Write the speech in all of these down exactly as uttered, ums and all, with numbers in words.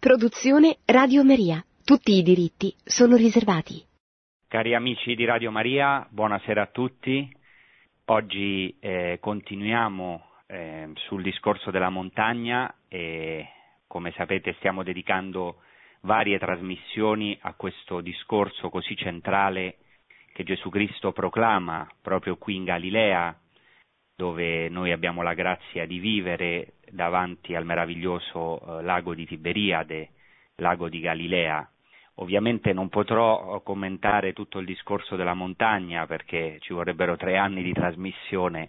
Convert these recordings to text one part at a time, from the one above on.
Produzione Radio Maria. Tutti i diritti sono riservati. Cari amici di Radio Maria, buonasera a tutti. Oggi eh, continuiamo eh, sul discorso della montagna e, come sapete, stiamo dedicando varie trasmissioni a questo discorso così centrale che Gesù Cristo proclama proprio qui in Galilea, dove noi abbiamo la grazia di vivere davanti al meraviglioso eh, lago di Tiberiade, lago di Galilea. Ovviamente non potrò commentare tutto il discorso della montagna perché ci vorrebbero tre anni di trasmissione,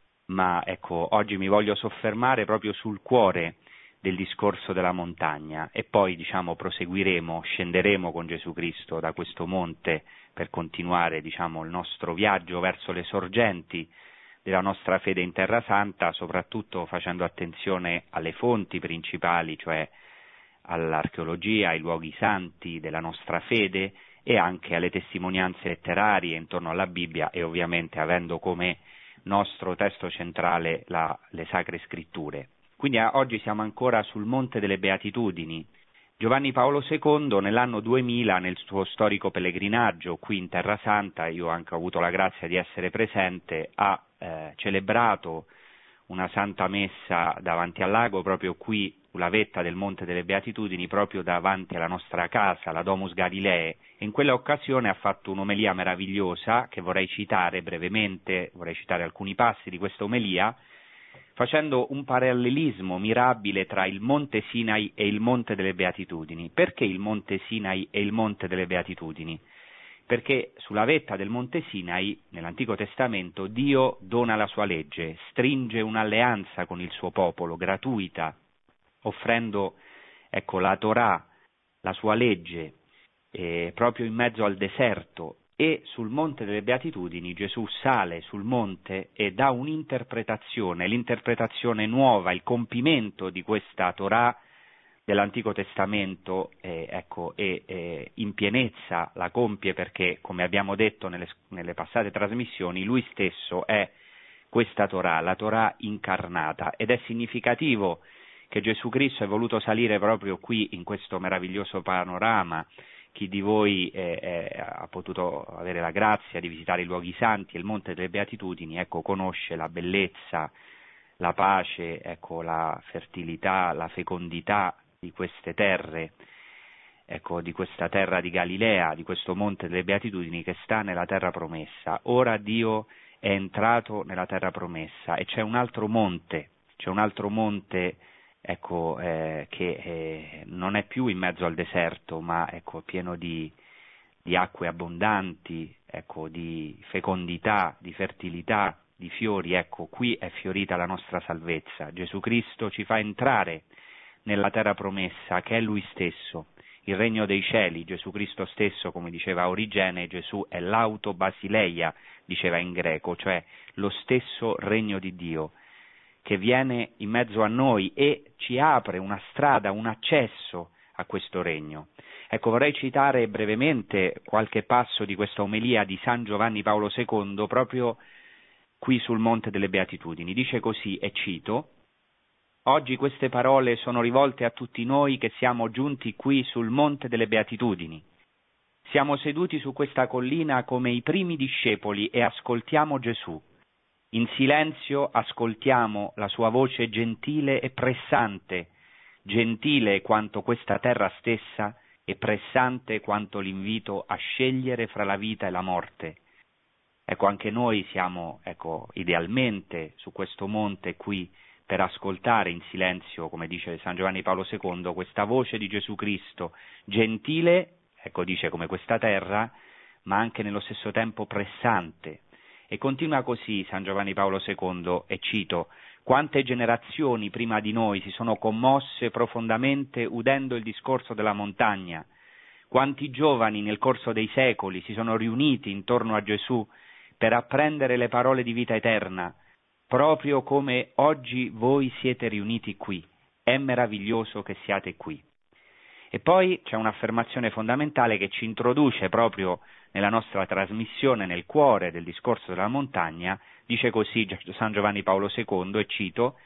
ma ecco, oggi mi voglio soffermare proprio sul cuore del discorso della montagna e poi, diciamo, proseguiremo, scenderemo con Gesù Cristo da questo monte per continuare, diciamo, il nostro viaggio verso le sorgenti della nostra fede in Terra Santa, soprattutto facendo attenzione alle fonti principali, cioè all'archeologia, ai luoghi santi della nostra fede e anche alle testimonianze letterarie intorno alla Bibbia e ovviamente avendo come nostro testo centrale la, le Sacre Scritture. Quindi a, oggi siamo ancora sul Monte delle Beatitudini. Giovanni Paolo secondo nell'anno duemila, nel suo storico pellegrinaggio qui in Terra Santa, io anche ho avuto la grazia di essere presente, ha eh, celebrato una Santa Messa davanti al lago, proprio qui sulla vetta del Monte delle Beatitudini, proprio davanti alla nostra casa, la Domus Galilee, e in quella occasione ha fatto un'omelia meravigliosa che vorrei citare brevemente, vorrei citare alcuni passi di questa omelia, facendo un parallelismo mirabile tra il Monte Sinai e il Monte delle Beatitudini. Perché il Monte Sinai e il Monte delle Beatitudini? Perché sulla vetta del Monte Sinai, nell'Antico Testamento, Dio dona la sua legge, stringe un'alleanza con il suo popolo, gratuita, offrendo ecco, la Torah, la sua legge, eh, proprio in mezzo al deserto, e sul Monte delle Beatitudini Gesù sale sul monte e dà un'interpretazione, l'interpretazione nuova, il compimento di questa Torah dell'Antico Testamento, eh, ecco, e eh, in pienezza la compie perché, come abbiamo detto nelle, nelle passate trasmissioni, lui stesso è questa Torah, la Torah incarnata, ed è significativo che Gesù Cristo è voluto salire proprio qui in questo meraviglioso panorama. Chi di voi eh, eh, ha potuto avere la grazia di visitare i luoghi santi e il Monte delle Beatitudini, ecco, conosce la bellezza, la pace, ecco, la fertilità, la fecondità di queste terre, ecco, di questa terra di Galilea, di questo Monte delle Beatitudini che sta nella terra promessa. Ora Dio è entrato nella terra promessa e c'è un altro monte, c'è un altro monte ecco, eh, che eh, non è più in mezzo al deserto, ma ecco, pieno di, di acque abbondanti, ecco, di fecondità, di fertilità, di fiori. Ecco, qui è fiorita la nostra salvezza. Gesù Cristo ci fa entrare nella terra promessa, che è Lui stesso, il regno dei cieli. Gesù Cristo stesso, come diceva Origene, Gesù è l'auto basileia, diceva in greco, cioè lo stesso regno di Dio, che viene in mezzo a noi e ci apre una strada, un accesso a questo regno. Ecco, vorrei citare brevemente qualche passo di questa omelia di San Giovanni Paolo secondo, proprio qui sul Monte delle Beatitudini. Dice così, e cito: «Oggi queste parole sono rivolte a tutti noi che siamo giunti qui sul Monte delle Beatitudini. Siamo seduti su questa collina come i primi discepoli e ascoltiamo Gesù. In silenzio ascoltiamo la sua voce gentile e pressante, gentile quanto questa terra stessa e pressante quanto l'invito a scegliere fra la vita e la morte. Ecco, anche noi siamo, ecco, idealmente su questo monte qui per ascoltare in silenzio, come dice San Giovanni Paolo secondo, questa voce di Gesù Cristo, gentile, ecco, dice, come questa terra, ma anche nello stesso tempo pressante. E continua così San Giovanni Paolo secondo, e cito: «Quante generazioni prima di noi si sono commosse profondamente udendo il discorso della montagna, quanti giovani nel corso dei secoli si sono riuniti intorno a Gesù per apprendere le parole di vita eterna, proprio come oggi voi siete riuniti qui. È meraviglioso che siate qui». E poi c'è un'affermazione fondamentale che ci introduce proprio nella nostra trasmissione, nel cuore del discorso della montagna. Dice così San Giovanni Paolo secondo, e cito: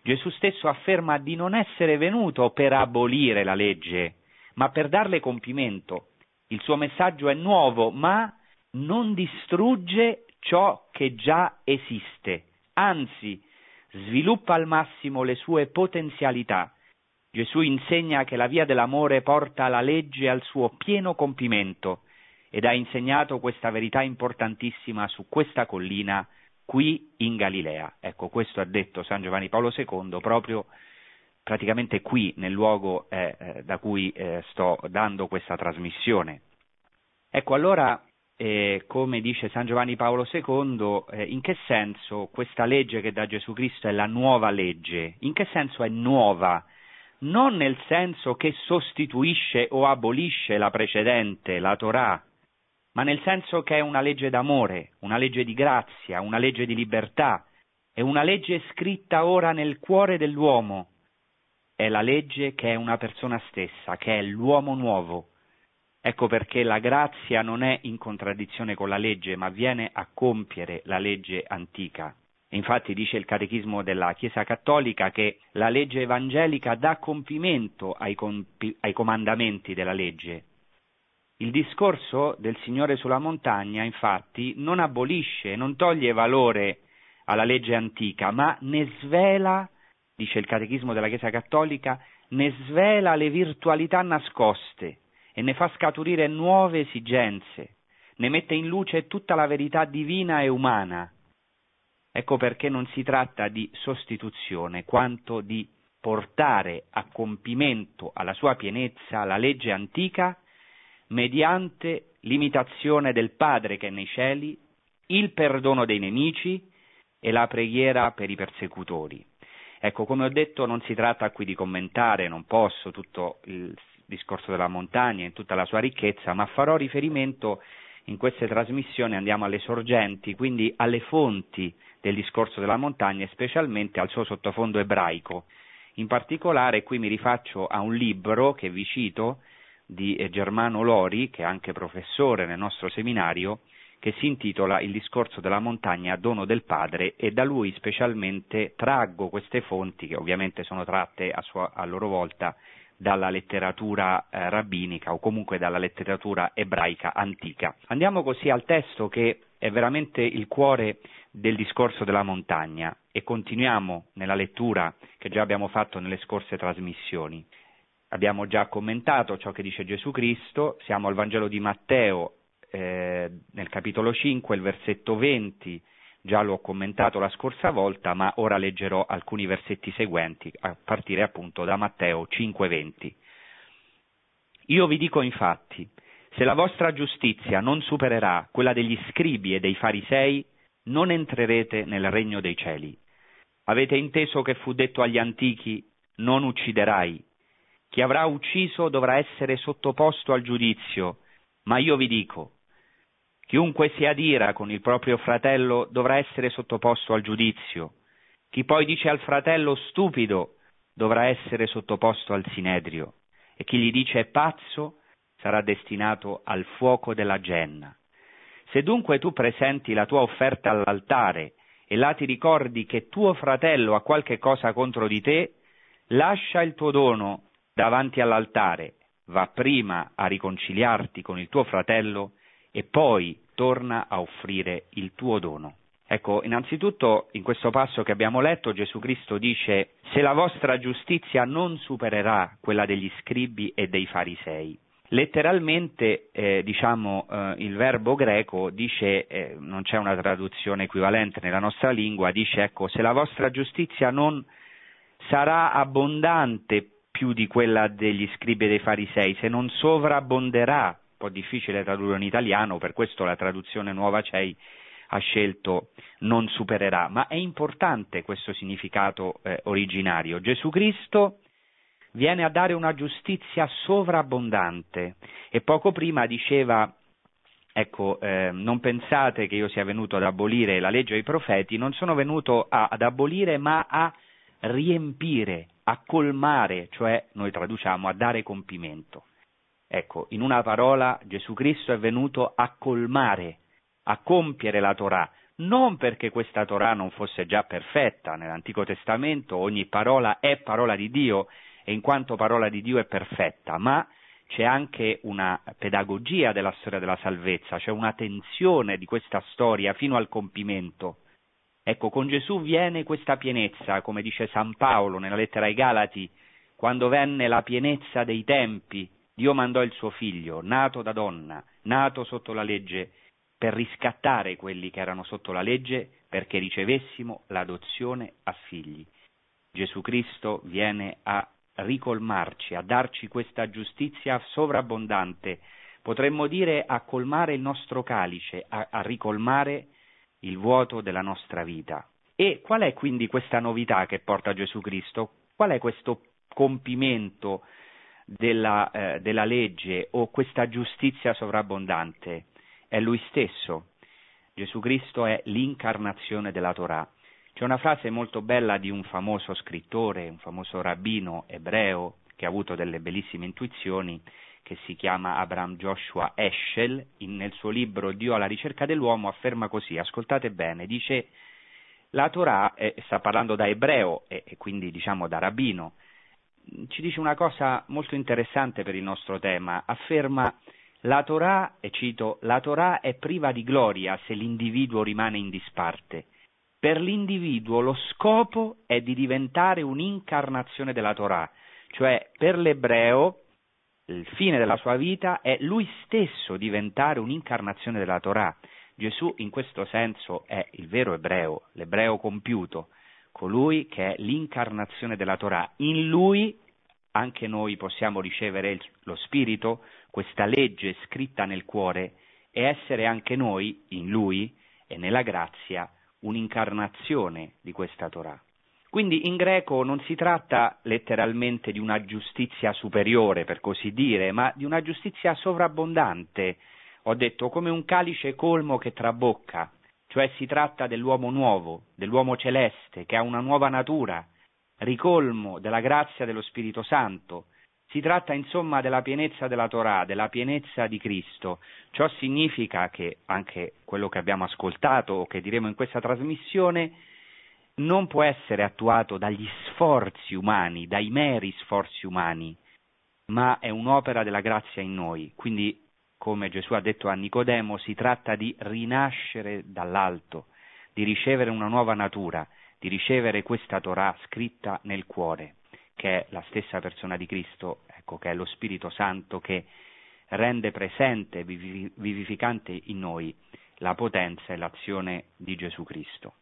Gesù stesso afferma di non essere venuto per abolire la legge, ma per darle compimento. Il suo messaggio è nuovo, ma non distrugge ciò che già esiste, anzi sviluppa al massimo le sue potenzialità. Gesù insegna che la via dell'amore porta la legge al suo pieno compimento ed ha insegnato questa verità importantissima su questa collina qui in Galilea. Ecco, questo ha detto San Giovanni Paolo secondo proprio praticamente qui nel luogo eh, eh, da cui eh, sto dando questa trasmissione. Ecco, allora, eh, come dice San Giovanni Paolo secondo, eh, in che senso questa legge che da Gesù Cristo è la nuova legge? In che senso è nuova? Non nel senso che sostituisce o abolisce la precedente, la Torah, ma nel senso che è una legge d'amore, una legge di grazia, una legge di libertà, è una legge scritta ora nel cuore dell'uomo, è la legge che è una persona stessa, che è l'uomo nuovo. Ecco perché la grazia non è in contraddizione con la legge, ma viene a compiere la legge antica. Infatti dice il Catechismo della Chiesa Cattolica che la legge evangelica dà compimento ai, compi- ai comandamenti della legge. Il discorso del Signore sulla montagna, infatti, non abolisce, non toglie valore alla legge antica, ma ne svela, dice il Catechismo della Chiesa Cattolica, ne svela le virtualità nascoste e ne fa scaturire nuove esigenze, ne mette in luce tutta la verità divina e umana. Ecco perché non si tratta di sostituzione, quanto di portare a compimento alla sua pienezza la legge antica mediante l'imitazione del Padre che è nei cieli, il perdono dei nemici e la preghiera per i persecutori. Ecco, come ho detto, non si tratta qui di commentare, non posso, tutto il discorso della montagna in tutta la sua ricchezza, ma farò riferimento in queste trasmissioni, andiamo alle sorgenti, quindi alle fonti del discorso della montagna e specialmente al suo sottofondo ebraico. In particolare qui mi rifaccio a un libro che vi cito di Germano Lori, che è anche professore nel nostro seminario, che si intitola Il discorso della montagna, dono del Padre, e da lui specialmente traggo queste fonti che ovviamente sono tratte a, sua, a loro volta dalla letteratura eh, rabbinica o comunque dalla letteratura ebraica antica. Andiamo così al testo che è veramente il cuore del discorso della montagna e continuiamo nella lettura che già abbiamo fatto nelle scorse trasmissioni. Abbiamo già commentato ciò che dice Gesù Cristo, siamo al Vangelo di Matteo eh, nel capitolo cinque, il versetto venti, già l'ho commentato la scorsa volta, ma ora leggerò alcuni versetti seguenti, a partire appunto da Matteo cinque venti. Io vi dico infatti, se la vostra giustizia non supererà quella degli scribi e dei farisei, non entrerete nel regno dei cieli. Avete inteso che fu detto agli antichi, non ucciderai. Chi avrà ucciso dovrà essere sottoposto al giudizio, ma io vi dico, chiunque si adira con il proprio fratello dovrà essere sottoposto al giudizio. Chi poi dice al fratello stupido dovrà essere sottoposto al sinedrio, e chi gli dice pazzo sarà destinato al fuoco della genna. Se dunque tu presenti la tua offerta all'altare e là ti ricordi che tuo fratello ha qualche cosa contro di te, lascia il tuo dono davanti all'altare, va prima a riconciliarti con il tuo fratello e poi torna a offrire il tuo dono. Ecco, innanzitutto in questo passo che abbiamo letto Gesù Cristo dice se la vostra giustizia non supererà quella degli scribi e dei farisei. Letteralmente, eh, diciamo, eh, il verbo greco dice, eh, non c'è una traduzione equivalente nella nostra lingua, dice ecco, se la vostra giustizia non sarà abbondante più di quella degli scribi e dei farisei, se non sovrabbonderà, un po' difficile tradurre in italiano, per questo la traduzione Nuova C E I ha scelto non supererà, ma è importante questo significato eh, originario. Gesù Cristo viene a dare una giustizia sovrabbondante e poco prima diceva, ecco, eh, non pensate che io sia venuto ad abolire la legge e i profeti, non sono venuto a, ad abolire ma a riempire, a colmare, cioè noi traduciamo a dare compimento. Ecco, in una parola Gesù Cristo è venuto a colmare, a compiere la Torah, non perché questa Torah non fosse già perfetta. Nell'Antico Testamento ogni parola è parola di Dio e in quanto parola di Dio è perfetta, ma c'è anche una pedagogia della storia della salvezza, c'è una tensione di questa storia fino al compimento. Ecco, con Gesù viene questa pienezza, come dice San Paolo nella lettera ai Galati, quando venne la pienezza dei tempi, Dio mandò il suo figlio, nato da donna, nato sotto la legge, per riscattare quelli che erano sotto la legge, perché ricevessimo l'adozione a figli. Gesù Cristo viene a ricolmarci, a darci questa giustizia sovrabbondante, potremmo dire a colmare il nostro calice, a, a ricolmare il vuoto della nostra vita. E qual è quindi questa novità che porta Gesù Cristo? Qual è questo compimento della, eh, della legge o questa giustizia sovrabbondante? È Lui stesso. Gesù Cristo è l'incarnazione della Torah. C'è una frase molto bella di un famoso scrittore, un famoso rabbino ebreo che ha avuto delle bellissime intuizioni, che si chiama Abraham Joshua Heschel. In, nel suo libro Dio alla ricerca dell'uomo afferma così, ascoltate bene, dice: la Torah, eh, sta parlando da ebreo e, e quindi diciamo da rabbino, ci dice una cosa molto interessante per il nostro tema, afferma: la Torah, e cito, la Torah è priva di gloria se l'individuo rimane in disparte. Per l'individuo lo scopo è di diventare un'incarnazione della Torah, cioè per l'ebreo il fine della sua vita è lui stesso diventare un'incarnazione della Torah. Gesù in questo senso è il vero ebreo, l'ebreo compiuto, colui che è l'incarnazione della Torah. In lui anche noi possiamo ricevere lo Spirito, questa legge scritta nel cuore, e essere anche noi, in lui e nella grazia, un'incarnazione di questa Torah. Quindi in greco non si tratta letteralmente di una giustizia superiore, per così dire, ma di una giustizia sovrabbondante. Ho detto come un calice colmo che trabocca, cioè si tratta dell'uomo nuovo, dell'uomo celeste, che ha una nuova natura, ricolmo della grazia dello Spirito Santo. Si tratta insomma della pienezza della Torah, della pienezza di Cristo. Ciò significa che anche quello che abbiamo ascoltato o che diremo in questa trasmissione non può essere attuato dagli sforzi umani, dai meri sforzi umani, ma è un'opera della grazia in noi. Quindi, come Gesù ha detto a Nicodemo, si tratta di rinascere dall'alto, di ricevere una nuova natura, di ricevere questa Torah scritta nel cuore, che è la stessa persona di Cristo, ecco, che è lo Spirito Santo che rende presente, vivificante in noi la potenza e l'azione di Gesù Cristo.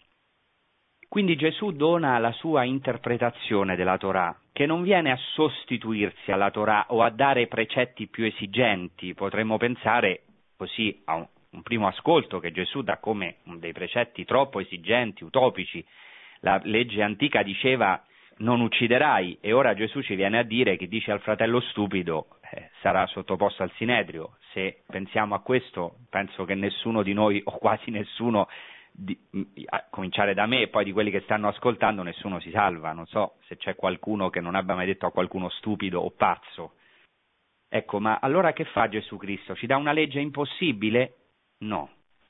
Quindi Gesù dona la sua interpretazione della Torah, che non viene a sostituirsi alla Torah o a dare precetti più esigenti. Potremmo pensare così a un, un primo ascolto che Gesù dà come dei precetti troppo esigenti, utopici. La legge antica diceva non ucciderai, e ora Gesù ci viene a dire che dice al fratello stupido eh, sarà sottoposto al sinedrio. Se pensiamo a questo, penso che nessuno di noi, o quasi nessuno, Di, a cominciare da me e poi di quelli che stanno ascoltando, nessuno si salva. Non so se c'è qualcuno che non abbia mai detto a qualcuno stupido o pazzo. Ecco, ma allora che fa Gesù Cristo? Ci dà una legge impossibile? No.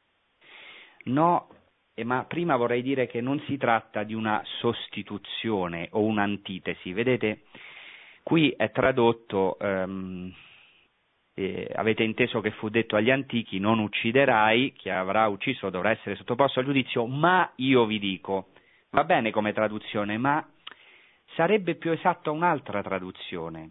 No, eh, ma prima vorrei dire che non si tratta di una sostituzione o un'antitesi. Vedete, qui è tradotto... Um, Eh, avete inteso che fu detto agli antichi non ucciderai, chi avrà ucciso dovrà essere sottoposto al giudizio, ma io vi dico. Va bene come traduzione, ma sarebbe più esatta un'altra traduzione.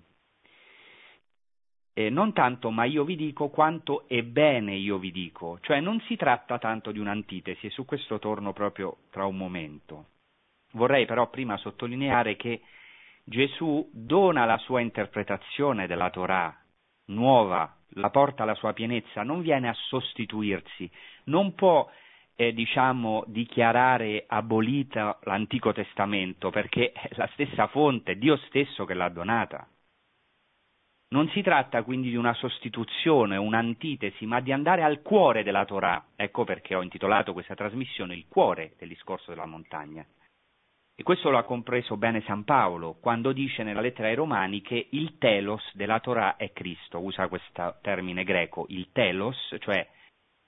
Eh, non tanto ma io vi dico quanto ebbene io vi dico, cioè non si tratta tanto di un'antitesi, e su questo torno proprio tra un momento. Vorrei però prima sottolineare che Gesù dona la sua interpretazione della Torah nuova, la porta alla sua pienezza, non viene a sostituirsi, non può eh, diciamo dichiarare abolita l'Antico Testamento, perché è la stessa fonte, Dio stesso che l'ha donata. Non si tratta quindi di una sostituzione, un'antitesi, ma di andare al cuore della Torah. Ecco perché ho intitolato questa trasmissione Il cuore del discorso della montagna. E questo lo ha compreso bene San Paolo, quando dice nella lettera ai Romani che il telos della Torah è Cristo, usa questo termine greco, il telos, cioè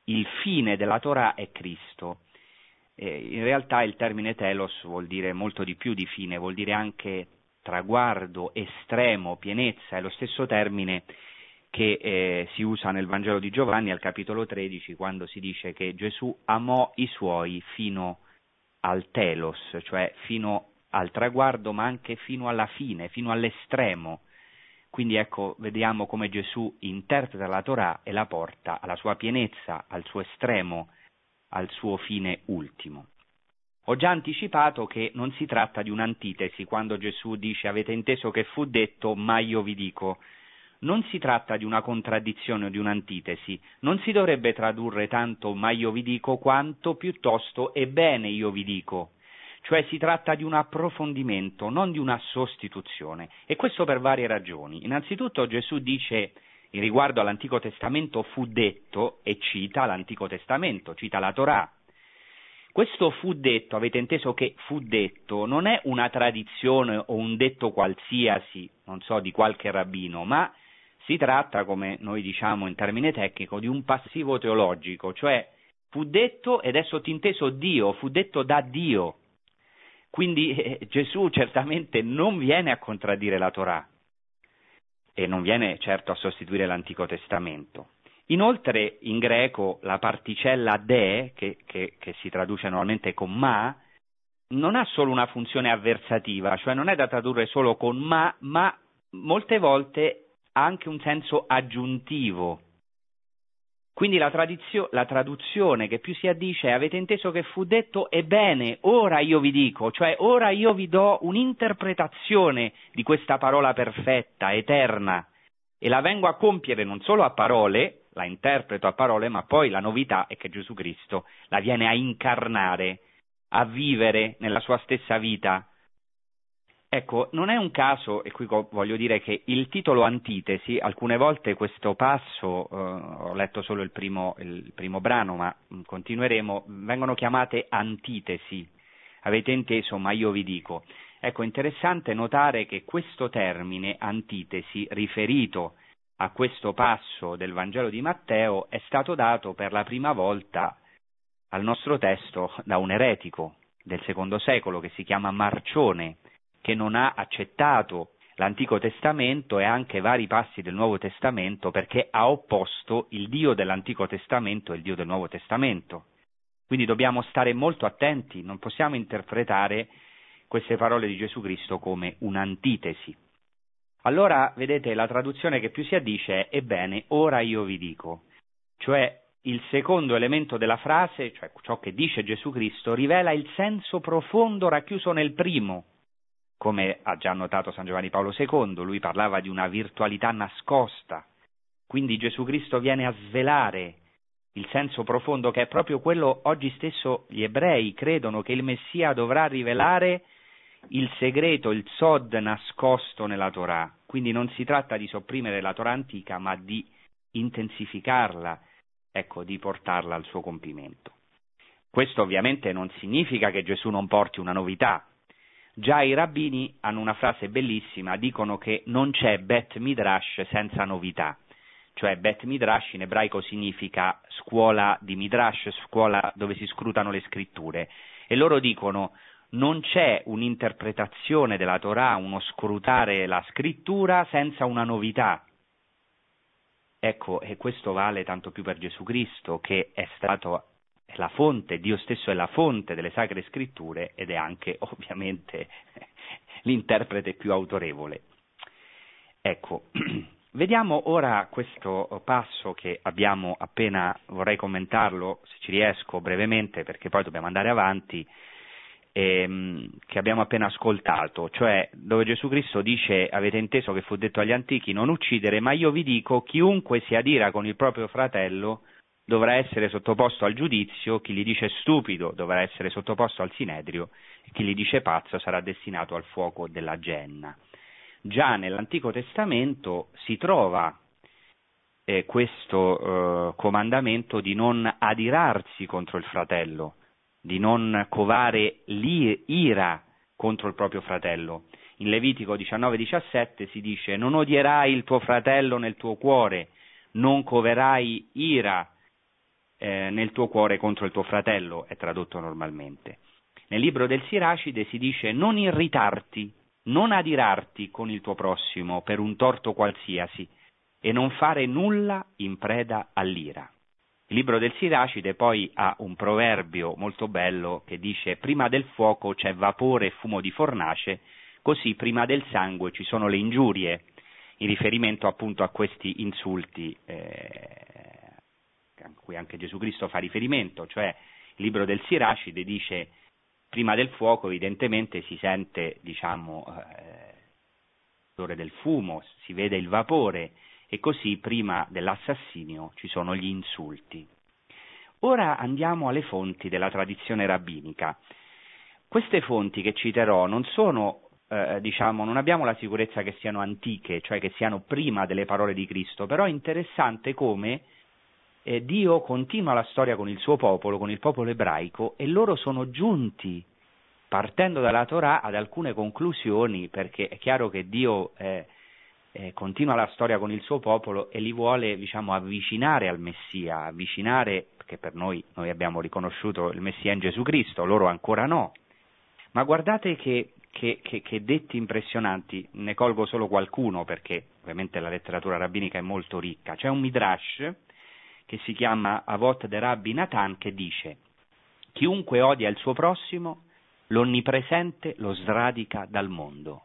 il fine della Torah è Cristo. Eh, in realtà il termine telos vuol dire molto di più di fine, vuol dire anche traguardo, estremo, pienezza, è lo stesso termine che eh, si usa nel Vangelo di Giovanni al capitolo tredici, quando si dice che Gesù amò i suoi fino al telos, cioè fino al traguardo, ma anche fino alla fine, fino all'estremo. Quindi ecco, vediamo come Gesù interpreta la Torah e la porta alla sua pienezza, al suo estremo, al suo fine ultimo. Ho già anticipato che non si tratta di un'antitesi quando Gesù dice avete inteso che fu detto, ma io vi dico. Non si tratta di una contraddizione o di un'antitesi, non si dovrebbe tradurre tanto ma io vi dico quanto piuttosto ebbene io vi dico. Cioè si tratta di un approfondimento, non di una sostituzione, e questo per varie ragioni. Innanzitutto Gesù dice, in riguardo all'Antico Testamento fu detto, e cita l'Antico Testamento, cita la Torah. Questo fu detto, avete inteso che fu detto, non è una tradizione o un detto qualsiasi, non so, di qualche rabbino, ma si tratta, come noi diciamo in termine tecnico, di un passivo teologico, cioè fu detto ed è sottinteso Dio, fu detto da Dio. Quindi eh, Gesù certamente non viene a contraddire la Torah e non viene certo a sostituire l'Antico Testamento. Inoltre in greco la particella de, che, che, che si traduce normalmente con ma, non ha solo una funzione avversativa, cioè non è da tradurre solo con ma, ma molte volte ha anche un senso aggiuntivo. Quindi la, tradizio- la traduzione che più si addice è avete inteso che fu detto ebbene, ora io vi dico, cioè ora io vi do un'interpretazione di questa parola perfetta, eterna, e la vengo a compiere non solo a parole, la interpreto a parole, ma poi la novità è che Gesù Cristo la viene a incarnare, a vivere nella sua stessa vita. Ecco, non è un caso, e qui voglio dire che il titolo antitesi, alcune volte questo passo, eh, ho letto solo il primo, il primo brano, ma continueremo, vengono chiamate antitesi, avete inteso, ma io vi dico. Ecco, interessante notare che questo termine, antitesi, riferito a questo passo del Vangelo di Matteo, è stato dato per la prima volta al nostro testo da un eretico del secondo secolo che si chiama Marcione, che non ha accettato l'Antico Testamento e anche vari passi del Nuovo Testamento perché ha opposto il Dio dell'Antico Testamento e il Dio del Nuovo Testamento. Quindi dobbiamo stare molto attenti, non possiamo interpretare queste parole di Gesù Cristo come un'antitesi. Allora, vedete, la traduzione che più si addice è ebbene, ora io vi dico, cioè il secondo elemento della frase, cioè ciò che dice Gesù Cristo, rivela il senso profondo racchiuso nel primo. Come ha già notato San Giovanni Paolo secondo, lui parlava di una virtualità nascosta, quindi Gesù Cristo viene a svelare il senso profondo che è proprio quello, oggi stesso gli ebrei credono che il Messia dovrà rivelare il segreto, il sod nascosto nella Torah, quindi non si tratta di sopprimere la Torah antica, ma di intensificarla, ecco, di portarla al suo compimento. Questo ovviamente non significa che Gesù non porti una novità. Già i rabbini hanno una frase bellissima, dicono che non c'è Bet Midrash senza novità, cioè Bet Midrash in ebraico significa scuola di Midrash, scuola dove si scrutano le scritture, e loro dicono non c'è un'interpretazione della Torah, uno scrutare la scrittura senza una novità. Ecco, e questo vale tanto più per Gesù Cristo, che è stato è la fonte, Dio stesso è la fonte delle Sacre Scritture ed è anche ovviamente l'interprete più autorevole. Ecco, vediamo ora questo passo che abbiamo appena, vorrei commentarlo, se ci riesco brevemente, perché poi dobbiamo andare avanti, ehm, che abbiamo appena ascoltato, cioè dove Gesù Cristo dice, avete inteso che fu detto agli antichi, non uccidere, ma io vi dico, chiunque si adira con il proprio fratello dovrà essere sottoposto al giudizio, chi gli dice stupido dovrà essere sottoposto al sinedrio, e chi gli dice pazzo sarà destinato al fuoco della genna. Già nell'Antico Testamento si trova eh, questo eh, comandamento di non adirarsi contro il fratello, di non covare l'ira contro il proprio fratello. In Levitico diciannove diciassette si dice non odierai il tuo fratello nel tuo cuore, non coverai ira eh, nel tuo cuore contro il tuo fratello, è tradotto normalmente. Nel libro del Siracide si dice non irritarti, non adirarti con il tuo prossimo per un torto qualsiasi e non fare nulla in preda all'ira. Il libro del Siracide poi ha un proverbio molto bello che dice prima del fuoco c'è vapore e fumo di fornace, così prima del sangue ci sono le ingiurie, in riferimento appunto a questi insulti eh, a cui anche Gesù Cristo fa riferimento, cioè il libro del Siracide dice prima del fuoco evidentemente si sente, diciamo, eh, l'odore del fumo, si vede il vapore, e così prima dell'assassinio ci sono gli insulti. Ora andiamo alle fonti della tradizione rabbinica. Queste fonti che citerò non sono, eh, diciamo, non abbiamo la sicurezza che siano antiche, cioè che siano prima delle parole di Cristo, però è interessante come eh, Dio continua la storia con il suo popolo, con il popolo ebraico, e loro sono giunti, partendo dalla Torah, ad alcune conclusioni, perché è chiaro che Dio eh, eh, continua la storia con il suo popolo e li vuole, diciamo, avvicinare al Messia, avvicinare, perché per noi, noi abbiamo riconosciuto il Messia in Gesù Cristo, loro ancora no. Ma guardate che, che, che, che detti impressionanti, ne colgo solo qualcuno perché ovviamente la letteratura rabbinica è molto ricca. C'è un Midrash che si chiama Avot de Rabbi Natan che dice: chiunque odia il suo prossimo, l'onnipresente lo sradica dal mondo.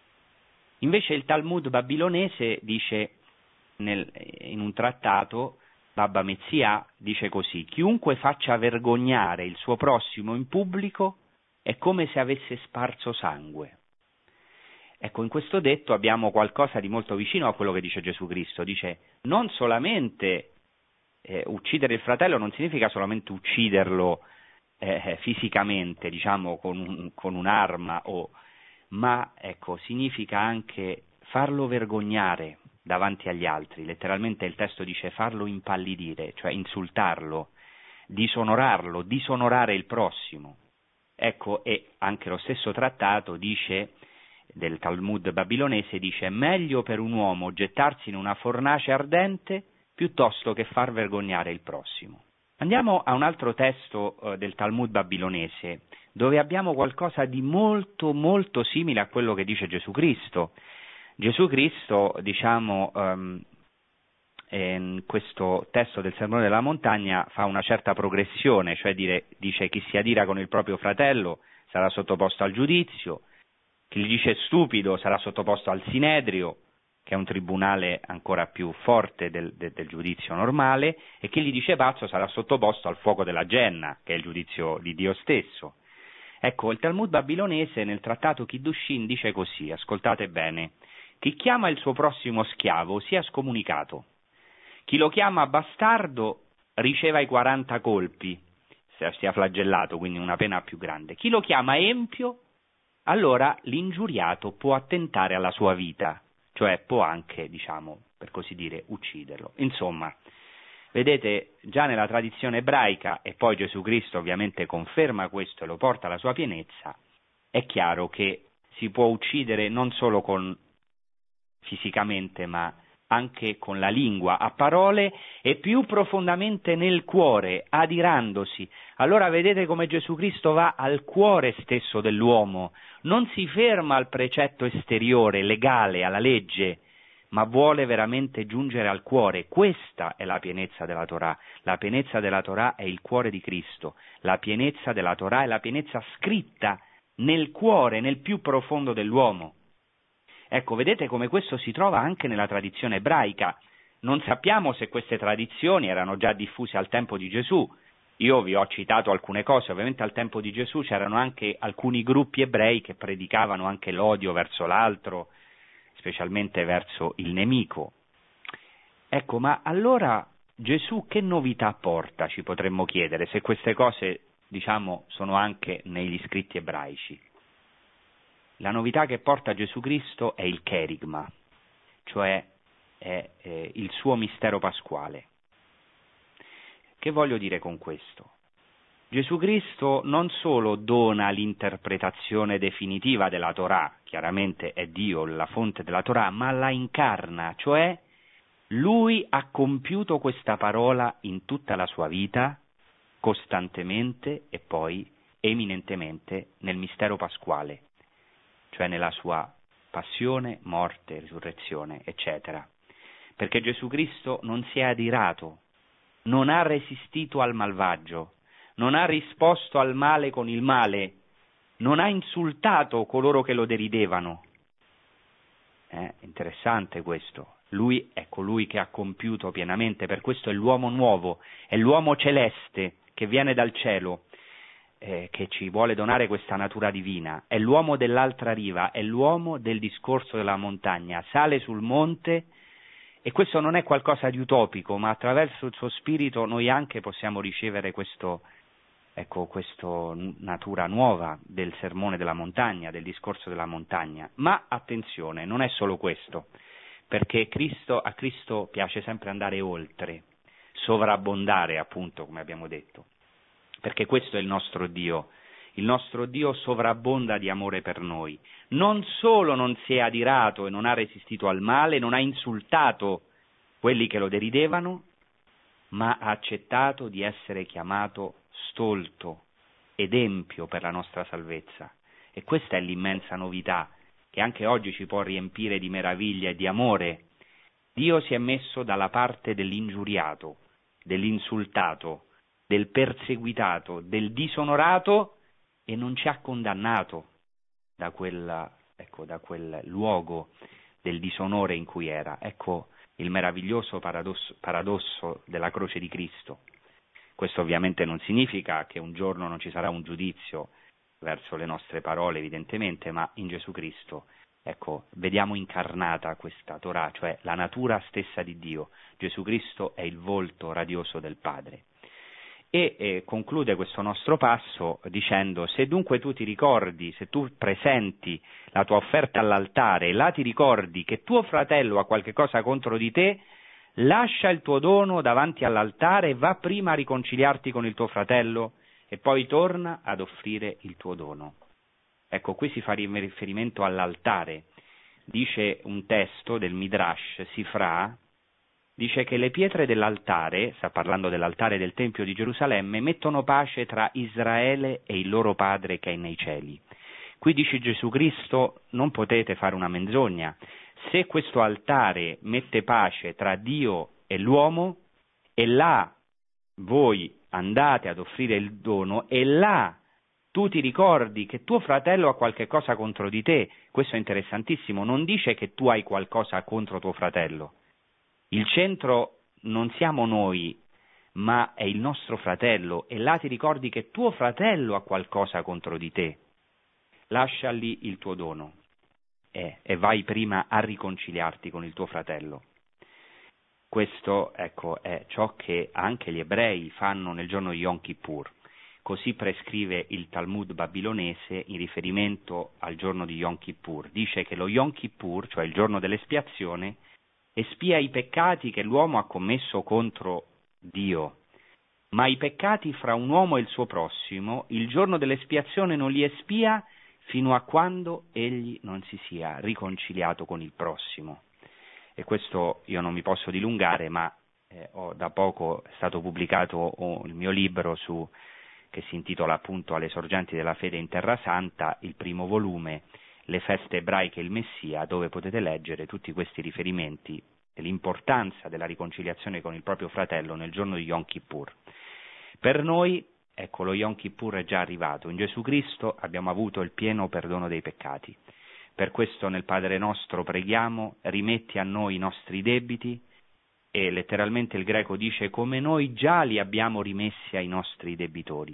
Invece il Talmud babilonese dice, nel, in un trattato, Babba Metzia dice così: chiunque faccia vergognare il suo prossimo in pubblico è come se avesse sparso sangue. Ecco, in questo detto abbiamo qualcosa di molto vicino a quello che dice Gesù Cristo. Dice, non solamente eh, uccidere il fratello non significa solamente ucciderlo eh, fisicamente, diciamo con, un, con un'arma, o, ma ecco, significa anche farlo vergognare davanti agli altri. Letteralmente il testo dice farlo impallidire, cioè insultarlo, disonorarlo, disonorare il prossimo. Ecco, e anche lo stesso trattato dice, del Talmud babilonese, dice meglio per un uomo gettarsi in una fornace ardente piuttosto che far vergognare il prossimo. Andiamo a un altro testo eh, del Talmud babilonese, dove abbiamo qualcosa di molto molto simile a quello che dice Gesù Cristo. Gesù Cristo, diciamo, um, in questo testo del Sermone della Montagna fa una certa progressione, cioè dire, dice chi si adira con il proprio fratello sarà sottoposto al giudizio, chi gli dice stupido sarà sottoposto al Sinedrio, che è un tribunale ancora più forte del, del, del giudizio normale, e chi gli dice pazzo sarà sottoposto al fuoco della Genna, che è il giudizio di Dio stesso. Ecco, il Talmud babilonese nel trattato Kiddushin dice così, ascoltate bene: chi chiama il suo prossimo schiavo sia scomunicato. Chi lo chiama bastardo riceva i quaranta colpi, se sia flagellato, quindi una pena più grande. Chi lo chiama empio, allora l'ingiuriato può attentare alla sua vita, cioè può anche, diciamo, per così dire, ucciderlo. Insomma, vedete, già nella tradizione ebraica, e poi Gesù Cristo ovviamente conferma questo e lo porta alla sua pienezza, è chiaro che si può uccidere non solo con fisicamente, ma anche con la lingua, a parole, e più profondamente nel cuore, adirandosi. Allora vedete come Gesù Cristo va al cuore stesso dell'uomo, non si ferma al precetto esteriore, legale, alla legge, ma vuole veramente giungere al cuore. Questa è la pienezza della Torah. La pienezza della Torah è il cuore di Cristo. La pienezza della Torah è la pienezza scritta nel cuore, nel più profondo dell'uomo. Ecco, vedete come questo si trova anche nella tradizione ebraica. Non sappiamo se queste tradizioni erano già diffuse al tempo di Gesù. Io vi ho citato alcune cose, ovviamente al tempo di Gesù c'erano anche alcuni gruppi ebrei che predicavano anche l'odio verso l'altro, specialmente verso il nemico. Ecco, ma allora Gesù che novità porta, ci potremmo chiedere, se queste cose, diciamo, sono anche negli scritti ebraici. La novità che porta Gesù Cristo è il cherigma, cioè è eh, il suo mistero pasquale. Che voglio dire con questo? Gesù Cristo non solo dona l'interpretazione definitiva della Torah, chiaramente è Dio la fonte della Torah, ma la incarna, cioè Lui ha compiuto questa parola in tutta la sua vita, costantemente e poi eminentemente nel mistero pasquale, cioè nella sua passione, morte, risurrezione, eccetera. Perché Gesù Cristo non si è adirato, non ha resistito al malvagio, non ha risposto al male con il male, non ha insultato coloro che lo deridevano. È interessante questo. Lui è colui che ha compiuto pienamente, per questo è l'uomo nuovo, è l'uomo celeste che viene dal cielo, eh, che ci vuole donare questa natura divina, è l'uomo dell'altra riva, è l'uomo del discorso della montagna, sale sul monte, e questo non è qualcosa di utopico, ma attraverso il suo spirito noi anche possiamo ricevere questo, ecco, questa natura nuova del sermone della montagna, del discorso della montagna. Ma attenzione, non è solo questo, perché Cristo, a Cristo piace sempre andare oltre, sovrabbondare, appunto, come abbiamo detto, perché questo è il nostro Dio. Il nostro Dio sovrabbonda di amore per noi. Non solo non si è adirato e non ha resistito al male, non ha insultato quelli che lo deridevano, ma ha accettato di essere chiamato stolto ed empio per la nostra salvezza. E questa è l'immensa novità che anche oggi ci può riempire di meraviglia e di amore. Dio si è messo dalla parte dell'ingiuriato, dell'insultato, del perseguitato, del disonorato, e non ci ha condannato da quel, ecco, da quel luogo del disonore in cui era. Ecco il meraviglioso paradosso, paradosso della croce di Cristo. Questo ovviamente non significa che un giorno non ci sarà un giudizio verso le nostre parole, evidentemente, ma in Gesù Cristo, ecco, vediamo incarnata questa Torah, cioè la natura stessa di Dio. Gesù Cristo è il volto radioso del Padre. E eh, conclude questo nostro passo dicendo: se dunque tu ti ricordi, se tu presenti la tua offerta all'altare e là ti ricordi che tuo fratello ha qualche cosa contro di te, lascia il tuo dono davanti all'altare e va prima a riconciliarti con il tuo fratello e poi torna ad offrire il tuo dono. Ecco, qui si fa riferimento all'altare. Dice un testo del Midrash Sifra, dice che le pietre dell'altare, sta parlando dell'altare del Tempio di Gerusalemme, mettono pace tra Israele e il loro Padre che è nei cieli. Qui dice Gesù Cristo: non potete fare una menzogna. Se questo altare mette pace tra Dio e l'uomo, e là voi andate ad offrire il dono, e là tu ti ricordi che tuo fratello ha qualche cosa contro di te, questo è interessantissimo, non dice che tu hai qualcosa contro tuo fratello. Il centro non siamo noi, ma è il nostro fratello, e là ti ricordi che tuo fratello ha qualcosa contro di te. Lasciali il tuo dono eh, e vai prima a riconciliarti con il tuo fratello. Questo, ecco, è ciò che anche gli ebrei fanno nel giorno di Yom Kippur. Così prescrive il Talmud babilonese in riferimento al giorno di Yom Kippur. Dice che lo Yom Kippur, cioè il giorno dell'espiazione, espia i peccati che l'uomo ha commesso contro Dio, ma i peccati fra un uomo e il suo prossimo, il giorno dell'espiazione non li espia fino a quando egli non si sia riconciliato con il prossimo. E questo io non mi posso dilungare, ma eh, ho, da poco è stato pubblicato oh, il mio libro su, che si intitola appunto Alle sorgenti della fede in Terra Santa, il primo volume, Le feste ebraiche e il Messia, dove potete leggere tutti questi riferimenti e l'importanza della riconciliazione con il proprio fratello nel giorno di Yom Kippur. Per noi, ecco, lo Yom Kippur è già arrivato. In Gesù Cristo abbiamo avuto il pieno perdono dei peccati. Per questo nel Padre nostro preghiamo: rimetti a noi i nostri debiti, e letteralmente il greco dice: come noi già li abbiamo rimessi ai nostri debitori.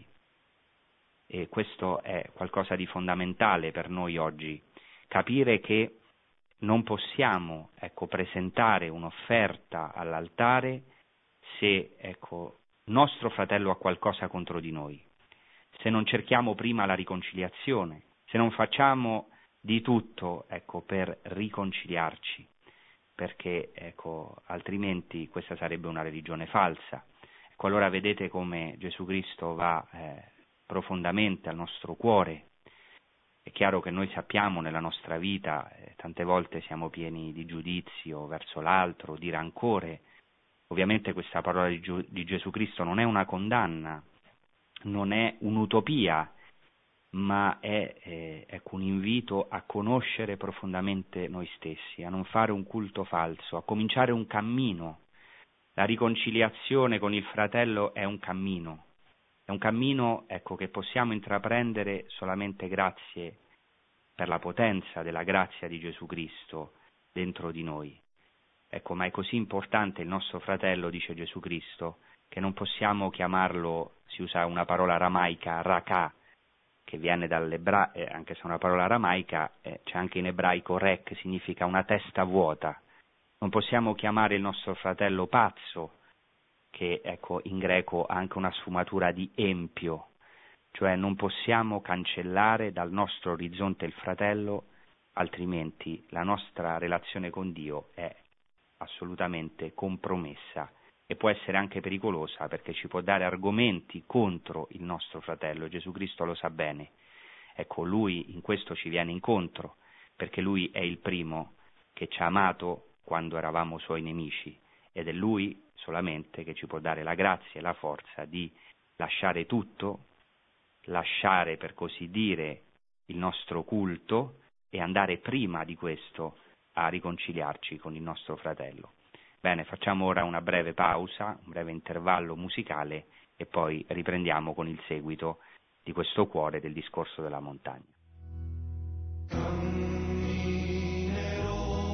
E questo è qualcosa di fondamentale per noi oggi, capire che non possiamo, ecco, presentare un'offerta all'altare se, ecco, nostro fratello ha qualcosa contro di noi, se non cerchiamo prima la riconciliazione, se non facciamo di tutto, ecco, per riconciliarci, perché, ecco, altrimenti questa sarebbe una religione falsa. Ecco, allora vedete come Gesù Cristo va eh, profondamente al nostro cuore È chiaro che noi sappiamo nella nostra vita, eh, tante volte siamo pieni di giudizio verso l'altro, di rancore. Ovviamente questa parola di, Giu- di Gesù Cristo non è una condanna, non è un'utopia, ma è eh, ecco, un invito a conoscere profondamente noi stessi, a non fare un culto falso, a cominciare un cammino. La riconciliazione con il fratello è un cammino, è un cammino ecco, che possiamo intraprendere solamente grazie per la potenza della grazia di Gesù Cristo dentro di noi. Ecco, ma è così importante il nostro fratello, dice Gesù Cristo, che non possiamo chiamarlo, si usa una parola aramaica, rakà, che viene dall'ebraico, eh, anche se è una parola aramaica, eh, c'è anche in ebraico rek, significa una testa vuota. Non possiamo chiamare il nostro fratello pazzo, che ecco in greco ha anche una sfumatura di empio, cioè non possiamo cancellare dal nostro orizzonte il fratello, altrimenti la nostra relazione con Dio è assolutamente compromessa e può essere anche pericolosa perché ci può dare argomenti contro il nostro fratello. Gesù Cristo lo sa bene. Ecco, Lui in questo ci viene incontro perché Lui è il primo che ci ha amato quando eravamo Suoi nemici ed è Lui solamente che ci può dare la grazia e la forza di lasciare tutto, lasciare per così dire il nostro culto e andare prima di questo a riconciliarci con il nostro fratello. Bene, facciamo ora una breve pausa, un breve intervallo musicale e poi riprendiamo con il seguito di questo cuore del discorso della montagna. Camminerò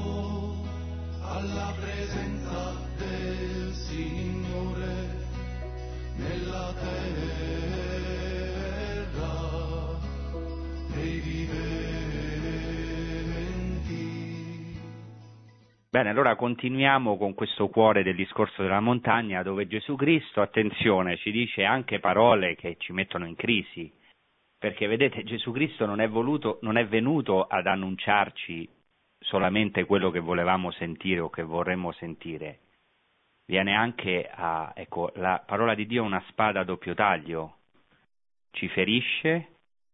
alla presenza del Signore nella terra dei viventi. Bene, allora continuiamo con questo cuore del discorso della montagna dove Gesù Cristo, attenzione, ci dice anche parole che ci mettono in crisi, perché vedete Gesù Cristo non è voluto, non è venuto ad annunciarci solamente quello che volevamo sentire o che vorremmo sentire, viene anche a, ecco, la parola di Dio è una spada a doppio taglio, ci ferisce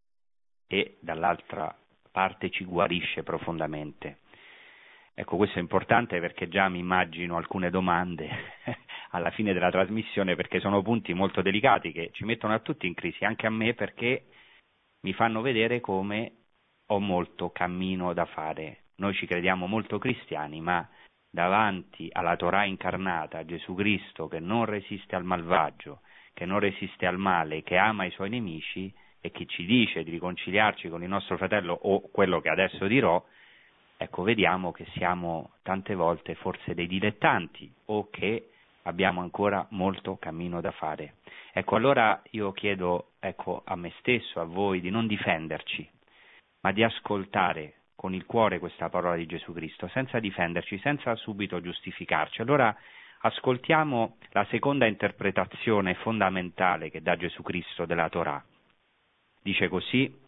e dall'altra parte ci guarisce profondamente. Ecco, questo è importante perché già mi immagino alcune domande alla fine della trasmissione perché sono punti molto delicati che ci mettono a tutti in crisi, anche a me perché mi fanno vedere come ho molto cammino da fare. Noi ci crediamo molto cristiani, ma davanti alla Torah incarnata, Gesù Cristo che non resiste al malvagio, che non resiste al male, che ama i suoi nemici e che ci dice di riconciliarci con il nostro fratello o quello che adesso dirò, ecco, vediamo che siamo tante volte forse dei dilettanti o che abbiamo ancora molto cammino da fare. Ecco, allora io chiedo, ecco, a me stesso, a voi, di non difenderci, ma di ascoltare con il cuore questa parola di Gesù Cristo, senza difenderci, senza subito giustificarci. Allora ascoltiamo la seconda interpretazione fondamentale che dà Gesù Cristo della Torah. Dice così: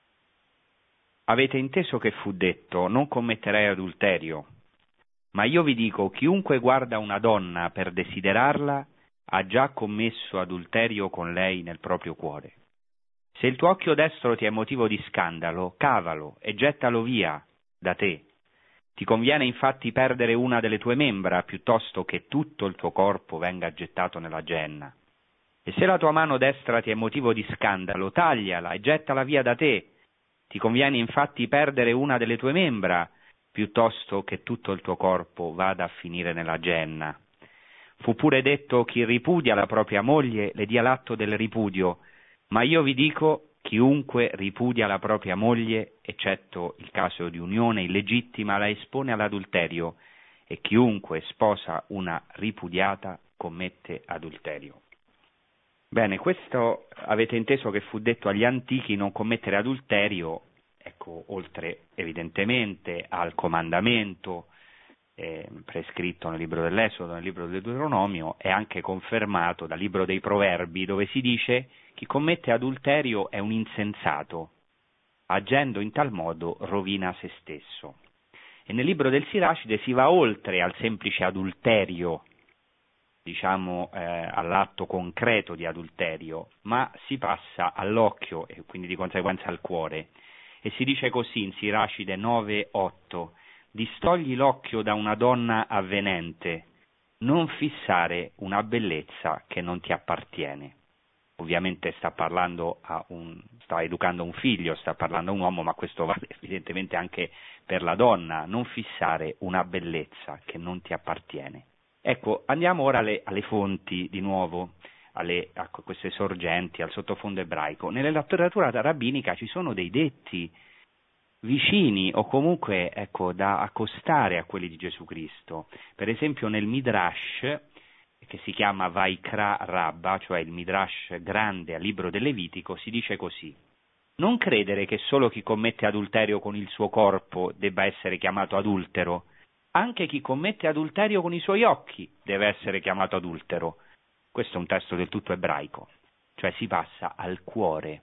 avete inteso che fu detto, non commetterai adulterio, ma io vi dico, chiunque guarda una donna per desiderarla, ha già commesso adulterio con lei nel proprio cuore. Se il tuo occhio destro ti è motivo di scandalo, cavalo e gettalo via da te. Ti conviene infatti perdere una delle tue membra, piuttosto che tutto il tuo corpo venga gettato nella genna. E se la tua mano destra ti è motivo di scandalo, tagliala e gettala via da te. Ti conviene infatti perdere una delle tue membra, piuttosto che tutto il tuo corpo vada a finire nella genna. Fu pure detto: chi ripudia la propria moglie le dia l'atto del ripudio, ma io vi dico, chiunque ripudia la propria moglie, eccetto il caso di unione illegittima, la espone all'adulterio, e chiunque sposa una ripudiata commette adulterio. Bene, questo avete inteso che fu detto agli antichi, non commettere adulterio, ecco, oltre evidentemente al comandamento eh, prescritto nel libro dell'Esodo, nel libro del Deuteronomio, è anche confermato dal libro dei Proverbi, dove si dice: chi commette adulterio è un insensato, agendo in tal modo rovina se stesso. E nel libro del Siracide si va oltre al semplice adulterio, diciamo eh, all'atto concreto di adulterio, ma si passa all'occhio e quindi di conseguenza al cuore. e si dice così in Siracide nove otto: distogli l'occhio da una donna avvenente, non fissare una bellezza che non ti appartiene. Ovviamente sta parlando a un, sta educando un figlio, sta parlando a un uomo, ma questo vale evidentemente anche per la donna: non fissare una bellezza che non ti appartiene. Ecco, andiamo ora alle, alle fonti di nuovo, alle, a queste sorgenti, al sottofondo ebraico. Nella letteratura rabbinica ci sono dei detti vicini o comunque, ecco, da accostare a quelli di Gesù Cristo. Per esempio nel Midrash, che si chiama Vaikra Rabba, cioè il Midrash grande al libro del Levitico, si dice così: non credere che solo chi commette adulterio con il suo corpo debba essere chiamato adultero, anche chi commette adulterio con i suoi occhi deve essere chiamato adultero. Questo è un testo del tutto ebraico, cioè si passa al cuore.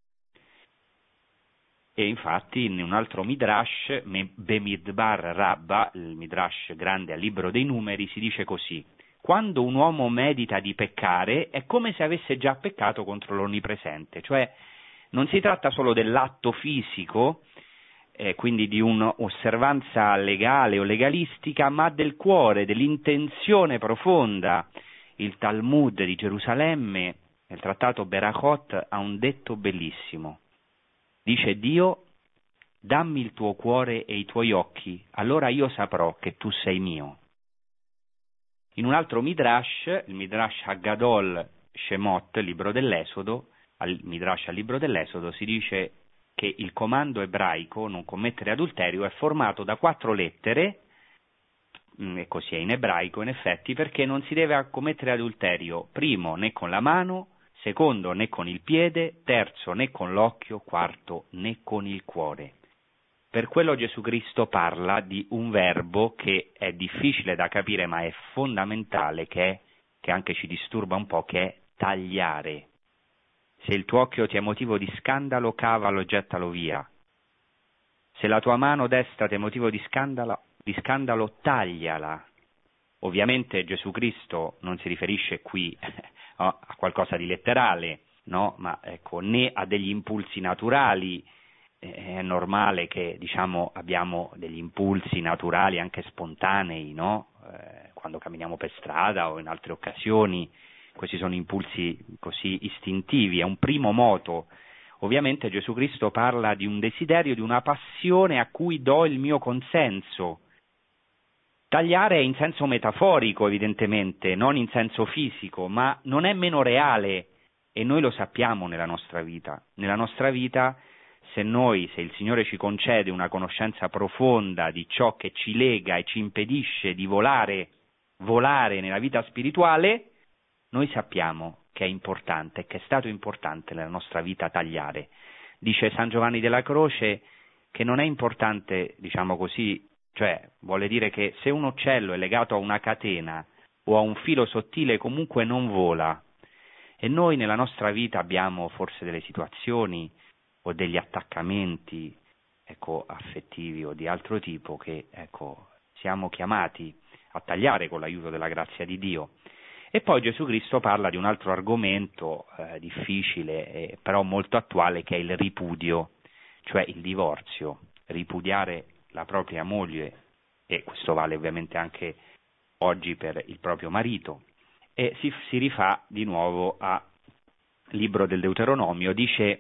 E infatti in un altro Midrash, Bemidbar Rabba, il Midrash grande al libro dei numeri, si dice così: quando un uomo medita di peccare è come se avesse già peccato contro l'Onnipresente, cioè non si tratta solo dell'atto fisico, eh, quindi di un'osservanza legale o legalistica, ma del cuore, dell'intenzione profonda. Il Talmud di Gerusalemme, nel trattato Berachot, ha un detto bellissimo. Dice Dio: dammi il tuo cuore e i tuoi occhi, allora io saprò che tu sei mio. In un altro Midrash, il Midrash Haggadol Shemot, il libro dell'Esodo, al Midrash al libro dell'Esodo, si dice che il comando ebraico, non commettere adulterio, è formato da quattro lettere, e così è in ebraico in effetti, perché non si deve commettere adulterio, primo, né con la mano, secondo, né con il piede, terzo, né con l'occhio, quarto, né con il cuore. Per quello Gesù Cristo parla di un verbo che è difficile da capire ma è fondamentale, che, è, che anche ci disturba un po', che è tagliare. Se il tuo occhio ti è motivo di scandalo, cavalo e gettalo via. Se la tua mano destra ti è motivo di scandalo, di scandalo, tagliala. Ovviamente Gesù Cristo non si riferisce qui a qualcosa di letterale, no? Ma ecco, né a degli impulsi naturali. È normale che, diciamo, abbiamo degli impulsi naturali anche spontanei, no? Eh, quando camminiamo per strada o in altre occasioni, questi sono impulsi così istintivi, è un primo moto. Ovviamente Gesù Cristo parla di un desiderio, di una passione a cui do il mio consenso. Tagliare è in senso metaforico, evidentemente, non in senso fisico, ma non è meno reale, e noi lo sappiamo nella nostra vita. Nella nostra vita, se noi, se il Signore ci concede una conoscenza profonda di ciò che ci lega e ci impedisce di volare, volare nella vita spirituale, noi sappiamo che è importante, che è stato importante nella nostra vita tagliare. Dice San Giovanni della Croce che non è importante, diciamo così, cioè vuole dire che se un uccello è legato a una catena o a un filo sottile comunque non vola. E noi nella nostra vita abbiamo forse delle situazioni o degli attaccamenti, ecco, affettivi o di altro tipo che, ecco, siamo chiamati a tagliare con l'aiuto della grazia di Dio. E poi Gesù Cristo parla di un altro argomento eh, difficile, eh, però molto attuale, che è il ripudio, cioè il divorzio, ripudiare la propria moglie, e questo vale ovviamente anche oggi per il proprio marito. E si, si rifà di nuovo al libro del Deuteronomio, dice: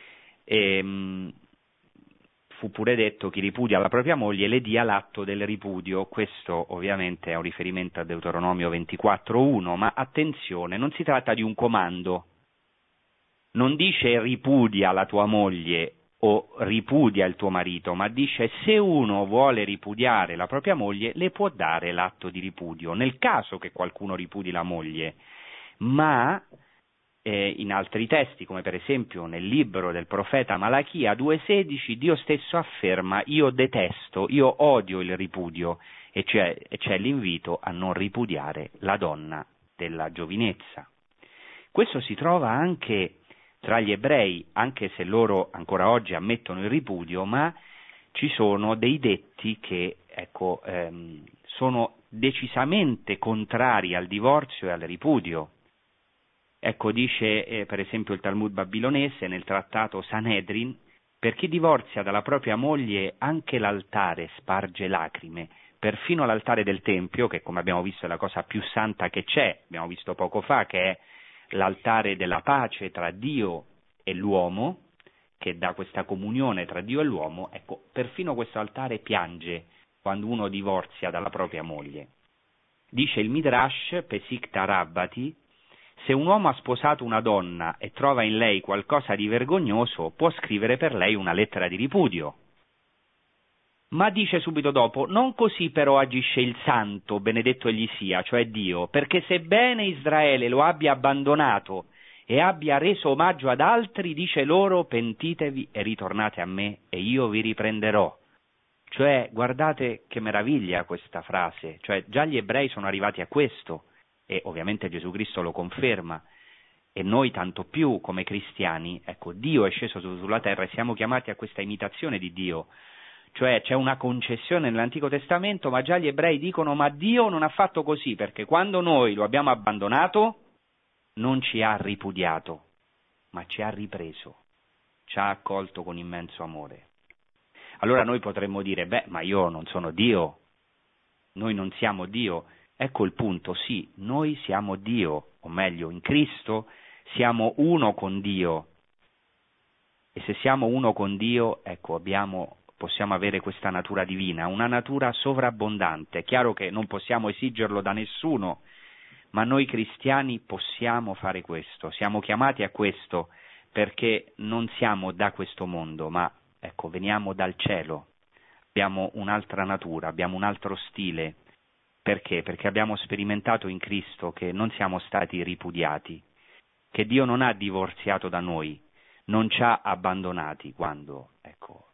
ehm, fu pure detto chi ripudia la propria moglie le dia l'atto del ripudio. Questo ovviamente è un riferimento a Deuteronomio ventiquattro uno, ma attenzione, non si tratta di un comando, non dice ripudia la tua moglie o ripudia il tuo marito, ma dice se uno vuole ripudiare la propria moglie le può dare l'atto di ripudio, nel caso che qualcuno ripudi la moglie, ma eh, in altri testi, come per esempio nel libro del profeta Malachia due sedici, Dio stesso afferma: io detesto, io odio il ripudio, e c'è, e c'è l'invito a non ripudiare la donna della giovinezza. Questo si trova anche tra gli ebrei, anche se loro ancora oggi ammettono il ripudio, ma ci sono dei detti che, ecco, ehm, sono decisamente contrari al divorzio e al ripudio. Ecco, dice eh, per esempio il Talmud babilonese nel trattato Sanhedrin, Per chi divorzia dalla propria moglie anche l'altare sparge lacrime, perfino l'altare del Tempio, che come abbiamo visto è la cosa più santa che c'è, abbiamo visto poco fa, che è l'altare della pace tra Dio e l'uomo, che dà questa comunione tra Dio e l'uomo. Ecco, perfino questo altare piange quando uno divorzia dalla propria moglie. Dice il Midrash, Pesikta Rabbati, se un uomo ha sposato una donna e trova in lei qualcosa di vergognoso, può scrivere per lei una lettera di ripudio. Ma dice subito dopo, non così però agisce il santo, benedetto egli sia, cioè Dio, perché sebbene Israele lo abbia abbandonato e abbia reso omaggio ad altri, dice loro, pentitevi e ritornate a me e io vi riprenderò. Cioè, guardate che meraviglia questa frase, cioè già gli ebrei sono arrivati a questo, e ovviamente Gesù Cristo lo conferma, e noi tanto più come cristiani, ecco, Dio è sceso sulla terra e siamo chiamati a questa imitazione di Dio, cioè c'è una concessione nell'Antico Testamento, ma già gli ebrei dicono, ma Dio non ha fatto così, perché quando noi lo abbiamo abbandonato non ci ha ripudiato, ma ci ha ripreso, ci ha accolto con immenso amore. Allora noi potremmo dire, beh, ma io non sono Dio, noi non siamo Dio. Ecco il punto, sì, noi siamo Dio, o meglio, in Cristo siamo uno con Dio. E se siamo uno con Dio, ecco, abbiamo, possiamo avere questa natura divina, una natura sovrabbondante. È chiaro che non possiamo esigerlo da nessuno, ma noi cristiani possiamo fare questo, siamo chiamati a questo perché non siamo da questo mondo, ma ecco, veniamo dal cielo, abbiamo un'altra natura, abbiamo un altro stile. Perché? Perché abbiamo sperimentato in Cristo che non siamo stati ripudiati, che Dio non ha divorziato da noi, non ci ha abbandonati quando, ecco,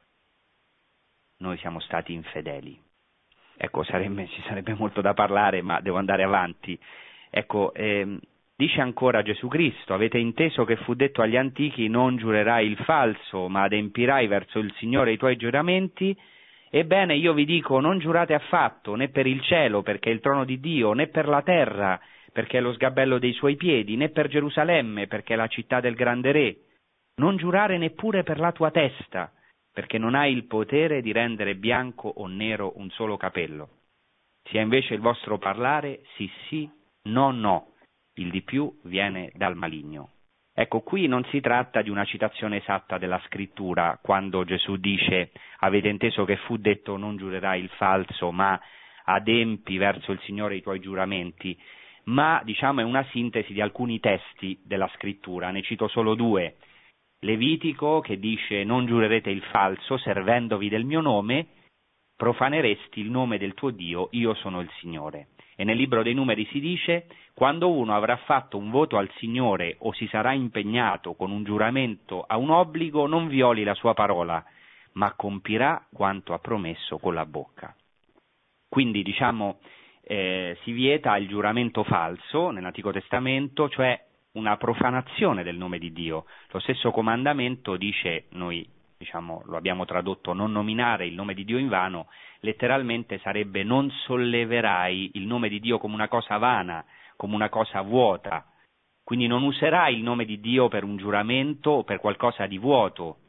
noi siamo stati infedeli. Ecco, sarebbe, ci sarebbe molto da parlare, ma devo andare avanti. Ecco, ehm, dice ancora Gesù Cristo, avete inteso che fu detto agli antichi, non giurerai il falso, ma adempirai verso il Signore i tuoi giuramenti. Ebbene, io vi dico, non giurate affatto, né per il cielo, perché è il trono di Dio, né per la terra, perché è lo sgabello dei suoi piedi, né per Gerusalemme, perché è la città del grande re. Non giurare neppure per la tua testa, perché non hai il potere di rendere bianco o nero un solo capello. Sia invece il vostro parlare sì sì, no no, il di più viene dal maligno. Ecco, qui non si tratta di una citazione esatta della scrittura, quando Gesù dice, avete inteso che fu detto non giurerai il falso, ma adempi verso il Signore i tuoi giuramenti, ma diciamo è una sintesi di alcuni testi della scrittura, ne cito solo due. Levitico, che dice non giurerete il falso, servendovi del mio nome, profaneresti il nome del tuo Dio, io sono il Signore. E nel libro dei Numeri si dice, quando uno avrà fatto un voto al Signore o si sarà impegnato con un giuramento a un obbligo, non violi la sua parola, ma compirà quanto ha promesso con la bocca. Quindi, diciamo, eh, si vieta il giuramento falso nell'Antico Testamento, cioè una profanazione del nome di Dio. Lo stesso comandamento dice, noi diciamo lo abbiamo tradotto, non nominare il nome di Dio in vano, letteralmente sarebbe non solleverai il nome di Dio come una cosa vana, come una cosa vuota, quindi non userai il nome di Dio per un giuramento o per qualcosa di vuoto.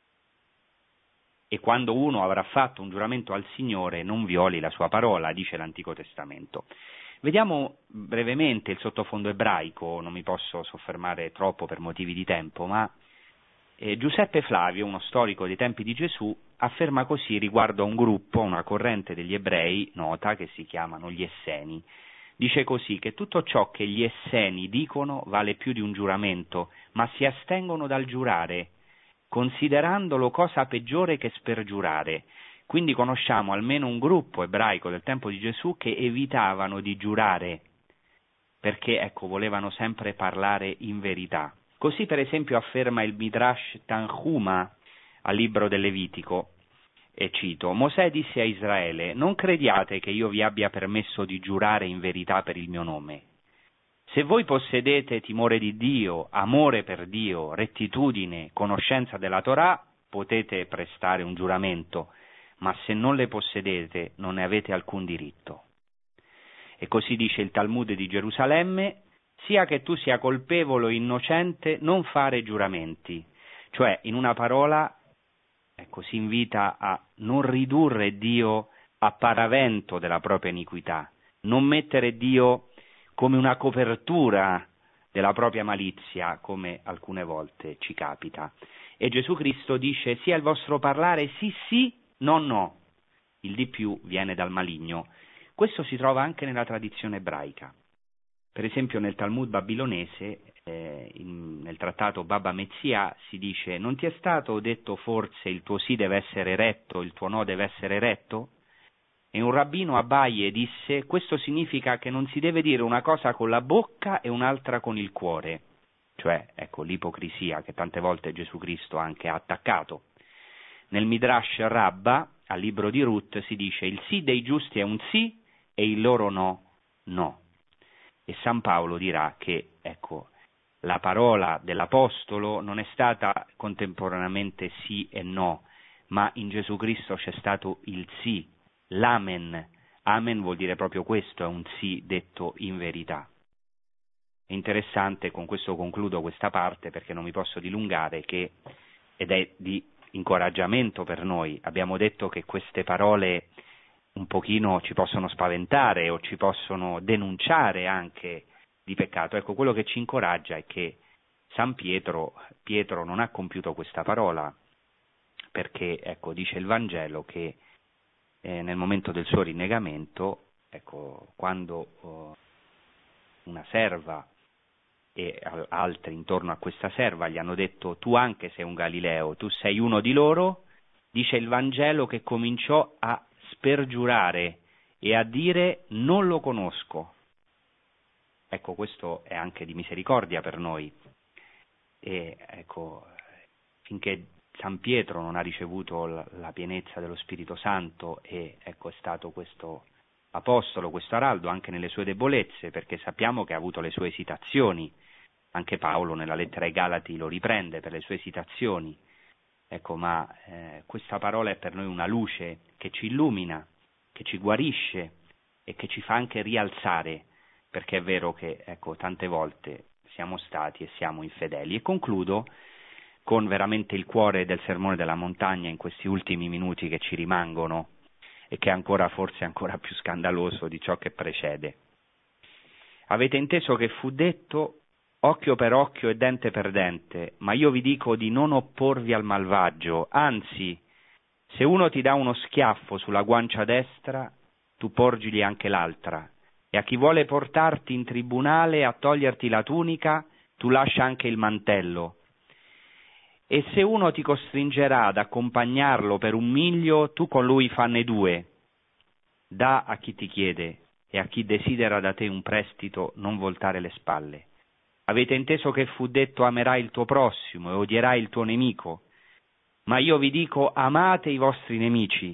E quando uno avrà fatto un giuramento al Signore non violi la sua parola, dice l'Antico Testamento. Vediamo brevemente il sottofondo ebraico, non mi posso soffermare troppo per motivi di tempo, ma eh, Giuseppe Flavio, uno storico dei tempi di Gesù, afferma così riguardo a un gruppo, una corrente degli ebrei nota che si chiamano gli Esseni. Dice così che tutto ciò che gli Esseni dicono vale più di un giuramento, ma si astengono dal giurare, considerandolo cosa peggiore che spergiurare. Quindi conosciamo almeno un gruppo ebraico del tempo di Gesù che evitavano di giurare, perché ecco volevano sempre parlare in verità. Così per esempio afferma il Midrash Tanhuma al libro del Levitico, e cito, Mosè disse a Israele, non crediate che io vi abbia permesso di giurare in verità per il mio nome. Se voi possedete timore di Dio, amore per Dio, rettitudine, conoscenza della Torah, potete prestare un giuramento, ma se non le possedete non ne avete alcun diritto. E così dice il Talmud di Gerusalemme, sia che tu sia colpevole o innocente, non fare giuramenti. Cioè, in una parola, ecco, si invita a non ridurre Dio a paravento della propria iniquità, non mettere Dio come una copertura della propria malizia, come alcune volte ci capita. E Gesù Cristo dice: sia il vostro parlare sì sì, no no, il di più viene dal maligno. Questo si trova anche nella tradizione ebraica. Per esempio nel Talmud babilonese, eh, in, nel trattato Baba Metzia, si dice: non ti è stato detto forse il tuo sì deve essere retto, il tuo no deve essere retto? E un rabbino Abaye disse: questo significa che non si deve dire una cosa con la bocca e un'altra con il cuore, cioè ecco l'ipocrisia che tante volte Gesù Cristo anche ha attaccato. Nel Midrash Rabba, al libro di Ruth, si dice: il sì dei giusti è un sì e il loro no, no. E San Paolo dirà che, ecco, la parola dell'Apostolo non è stata contemporaneamente sì e no, ma in Gesù Cristo c'è stato il sì, l'amen. Amen vuol dire proprio questo, è un sì detto in verità. È interessante, con questo concludo questa parte perché non mi posso dilungare, che, ed è di incoraggiamento per noi, abbiamo detto che queste parole un pochino ci possono spaventare o ci possono denunciare anche di peccato. Ecco, quello che ci incoraggia è che San Pietro, Pietro non ha compiuto questa parola, perché, ecco, dice il Vangelo che eh, nel momento del suo rinnegamento, ecco, quando oh, una serva e altri intorno a questa serva gli hanno detto: tu anche sei un Galileo, tu sei uno di loro, dice il Vangelo che cominciò a spergiurare e a dire: non lo conosco. Ecco, questo è anche di misericordia per noi. E ecco, finché San Pietro non ha ricevuto la, la pienezza dello Spirito Santo, e ecco è stato questo apostolo, questo araldo anche nelle sue debolezze, perché sappiamo che ha avuto le sue esitazioni. Anche Paolo nella lettera ai Galati lo riprende per le sue esitazioni. Ecco, ma eh, questa parola è per noi una luce che ci illumina, che ci guarisce e che ci fa anche rialzare, perché è vero che, ecco, tante volte siamo stati e siamo infedeli. E concludo con veramente il cuore del Sermone della Montagna in questi ultimi minuti che ci rimangono, e che è ancora forse ancora più scandaloso di ciò che precede. Avete inteso che fu detto occhio per occhio e dente per dente, ma io vi dico di non opporvi al malvagio, anzi, se uno ti dà uno schiaffo sulla guancia destra, tu porgili anche l'altra, e a chi vuole portarti in tribunale a toglierti la tunica, tu lascia anche il mantello. E se uno ti costringerà ad accompagnarlo per un miglio, tu con lui fanne due. Dà a chi ti chiede, e a chi desidera da te un prestito non voltare le spalle. Avete inteso che fu detto: amerai il tuo prossimo e odierai il tuo nemico. Ma io vi dico: amate i vostri nemici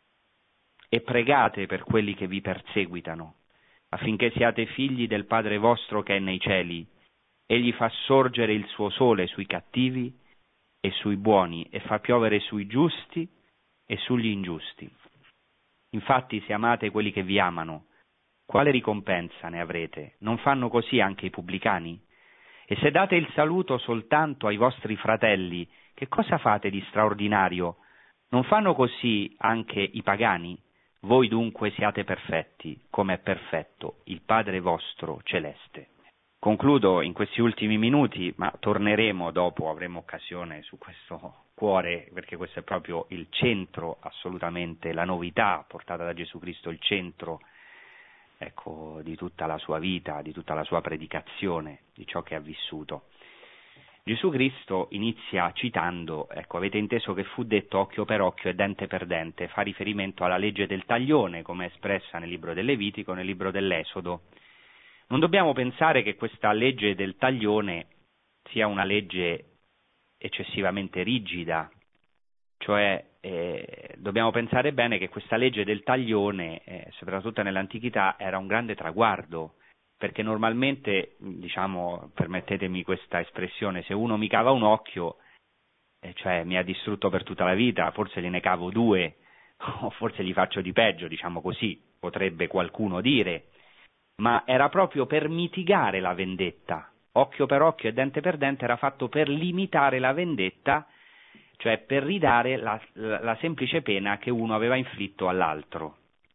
e pregate per quelli che vi perseguitano, affinché siate figli del Padre vostro che è nei cieli. Egli fa sorgere il suo sole sui cattivi e sui buoni, e fa piovere sui giusti e sugli ingiusti. Infatti, se amate quelli che vi amano, quale ricompensa ne avrete? Non fanno così anche i pubblicani? E se date il saluto soltanto ai vostri fratelli, che cosa fate di straordinario? Non fanno così anche i pagani? Voi dunque siate perfetti, come è perfetto il Padre vostro celeste. Concludo in questi ultimi minuti, ma torneremo dopo, avremo occasione su questo cuore, perché questo è proprio il centro, assolutamente la novità portata da Gesù Cristo, il centro, ecco, di tutta la sua vita, di tutta la sua predicazione, di ciò che ha vissuto. Gesù Cristo inizia citando, ecco, avete inteso che fu detto occhio per occhio e dente per dente, fa riferimento alla legge del taglione, come è espressa nel libro del Levitico, nel libro dell'Esodo. Non dobbiamo pensare che questa legge del taglione sia una legge eccessivamente rigida, cioè eh, dobbiamo pensare bene che questa legge del taglione, eh, soprattutto nell'antichità, era un grande traguardo, perché normalmente, diciamo, permettetemi questa espressione, se uno mi cava un occhio, eh, cioè mi ha distrutto per tutta la vita, forse gliene cavo due, o forse gli faccio di peggio, diciamo così, potrebbe qualcuno dire, ma era proprio per mitigare la vendetta. Occhio per occhio e dente per dente era fatto per limitare la vendetta, cioè per ridare la, la, la semplice pena che uno aveva inflitto all'altro.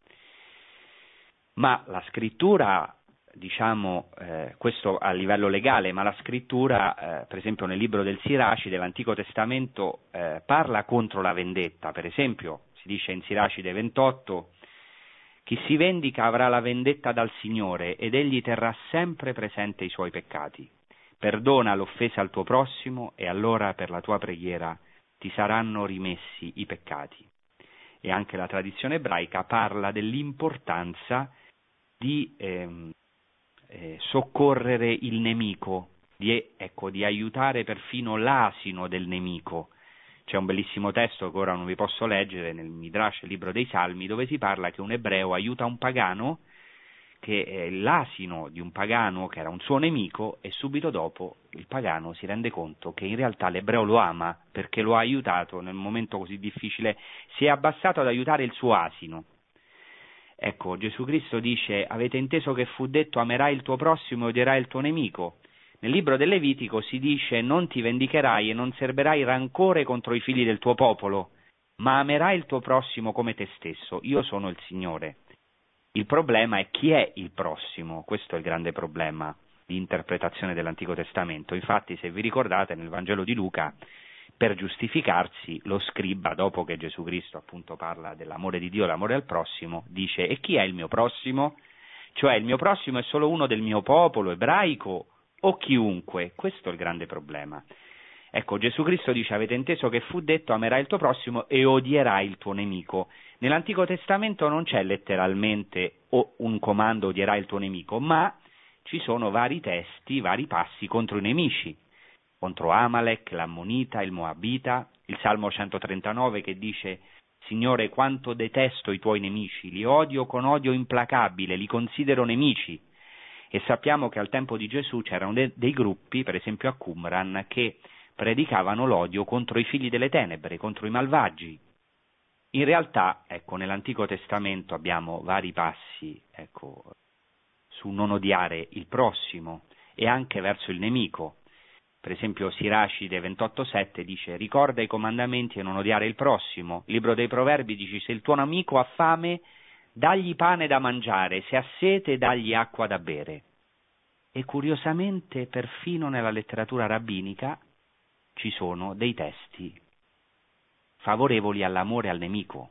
Ma la scrittura, diciamo, eh, questo a livello legale, ma la scrittura, eh, per esempio nel libro del Siraci dell'Antico Testamento, eh, parla contro la vendetta. Per esempio, si dice in Siracide ventotto, chi si vendica avrà la vendetta dal Signore ed egli terrà sempre presente i suoi peccati. Perdona l'offesa al tuo prossimo e allora per la tua preghiera ti saranno rimessi i peccati. E anche la tradizione ebraica parla dell'importanza di ehm, eh, soccorrere il nemico, di, ecco, di aiutare perfino l'asino del nemico. C'è un bellissimo testo che ora non vi posso leggere nel Midrash, il libro dei Salmi, dove si parla che un ebreo aiuta un pagano, che è l'asino di un pagano che era un suo nemico, e subito dopo il pagano si rende conto che in realtà l'ebreo lo ama perché lo ha aiutato nel momento così difficile, si è abbassato ad aiutare il suo asino. Ecco, Gesù Cristo dice: avete inteso che fu detto amerai il tuo prossimo e odierai il tuo nemico? Nel libro del Levitico si dice non ti vendicherai e non serberai rancore contro i figli del tuo popolo, ma amerai il tuo prossimo come te stesso, io sono il Signore. Il problema è chi è il prossimo, questo è il grande problema di interpretazione dell'Antico Testamento. Infatti, se vi ricordate, nel Vangelo di Luca, per giustificarsi, lo scriba, dopo che Gesù Cristo appunto parla dell'amore di Dio, l'amore al prossimo, dice: e chi è il mio prossimo? Cioè, il mio prossimo è solo uno del mio popolo ebraico o chiunque? Questo è il grande problema. Ecco, Gesù Cristo dice: avete inteso che fu detto amerai il tuo prossimo e odierai il tuo nemico. Nell'Antico Testamento non c'è letteralmente o un comando odierai il tuo nemico, ma ci sono vari testi, vari passi contro i nemici, contro Amalek, l'Ammonita, il Moabita, il Salmo centotrentanove che dice: Signore, quanto detesto i tuoi nemici, li odio con odio implacabile, li considero nemici. E sappiamo che al tempo di Gesù c'erano de- dei gruppi, per esempio a Qumran, che predicavano l'odio contro i figli delle tenebre, contro i malvagi. In realtà, ecco, nell'Antico Testamento abbiamo vari passi, ecco, su non odiare il prossimo e anche verso il nemico. Per esempio Siracide ventotto sette dice: ricorda i comandamenti e non odiare il prossimo. Il libro dei Proverbi dice: se il tuo amico ha fame, dagli pane da mangiare, se ha sete, dagli acqua da bere. E curiosamente, perfino nella letteratura rabbinica ci sono dei testi favorevoli all'amore al nemico.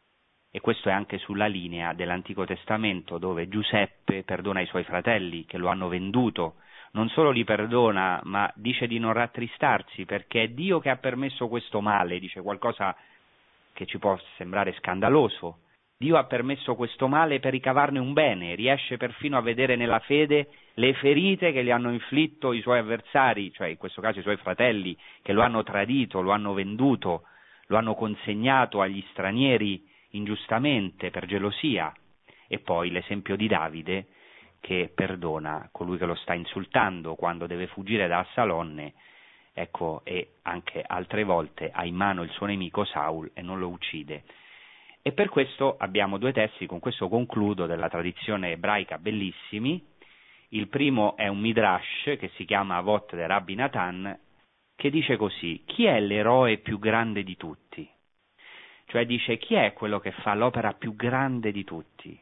E questo è anche sulla linea dell'Antico Testamento, dove Giuseppe perdona i suoi fratelli che lo hanno venduto. Non solo li perdona, ma dice di non rattristarsi, perché è Dio che ha permesso questo male, dice qualcosa che ci può sembrare scandaloso. Dio ha permesso questo male per ricavarne un bene, riesce perfino a vedere nella fede le ferite che gli hanno inflitto i suoi avversari, cioè in questo caso i suoi fratelli, che lo hanno tradito, lo hanno venduto, lo hanno consegnato agli stranieri ingiustamente per gelosia. E poi l'esempio di Davide, che perdona colui che lo sta insultando quando deve fuggire da Assalonne, ecco, e anche altre volte ha in mano il suo nemico Saul e non lo uccide. E per questo abbiamo due testi, con questo concludo, della tradizione ebraica bellissimi. Il primo è un Midrash che si chiama Avot de Rabbi Natan, che dice così: chi è l'eroe più grande di tutti? Cioè dice, chi è quello che fa l'opera più grande di tutti?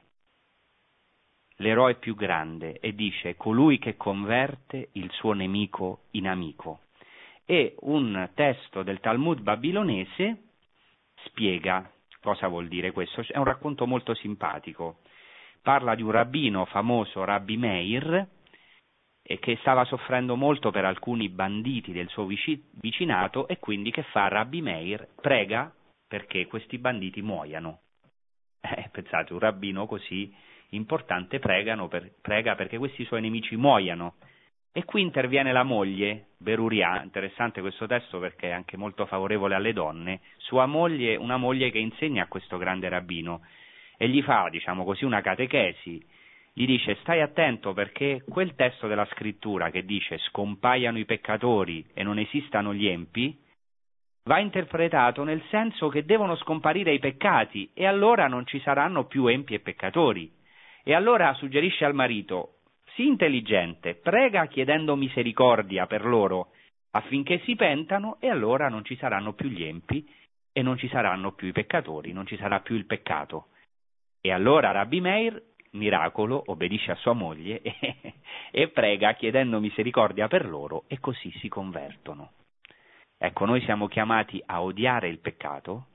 L'eroe più grande, e dice colui che converte il suo nemico in amico. E un testo del Talmud babilonese spiega cosa vuol dire questo. È un racconto molto simpatico. Parla di un rabbino famoso, Rabbi Meir, e che stava soffrendo molto per alcuni banditi del suo vicinato, e quindi che fa Rabbi Meir? Prega perché questi banditi muoiano. Eh, pensate, un rabbino così importante pregano per, prega perché questi suoi nemici muoiano. E qui interviene la moglie, Beruria, interessante questo testo perché è anche molto favorevole alle donne, sua moglie, una moglie che insegna a questo grande rabbino, e gli fa, diciamo così, una catechesi. Gli dice: stai attento perché quel testo della scrittura che dice scompaiano i peccatori e non esistano gli empi, va interpretato nel senso che devono scomparire i peccati e allora non ci saranno più empi e peccatori. E allora suggerisce al marito: sii intelligente, prega chiedendo misericordia per loro, affinché si pentano, e allora non ci saranno più gli empi e non ci saranno più i peccatori, non ci sarà più il peccato. E allora Rabbi Meir, miracolo, obbedisce a sua moglie e, e prega chiedendo misericordia per loro, e così si convertono. Ecco, noi siamo chiamati a odiare il peccato,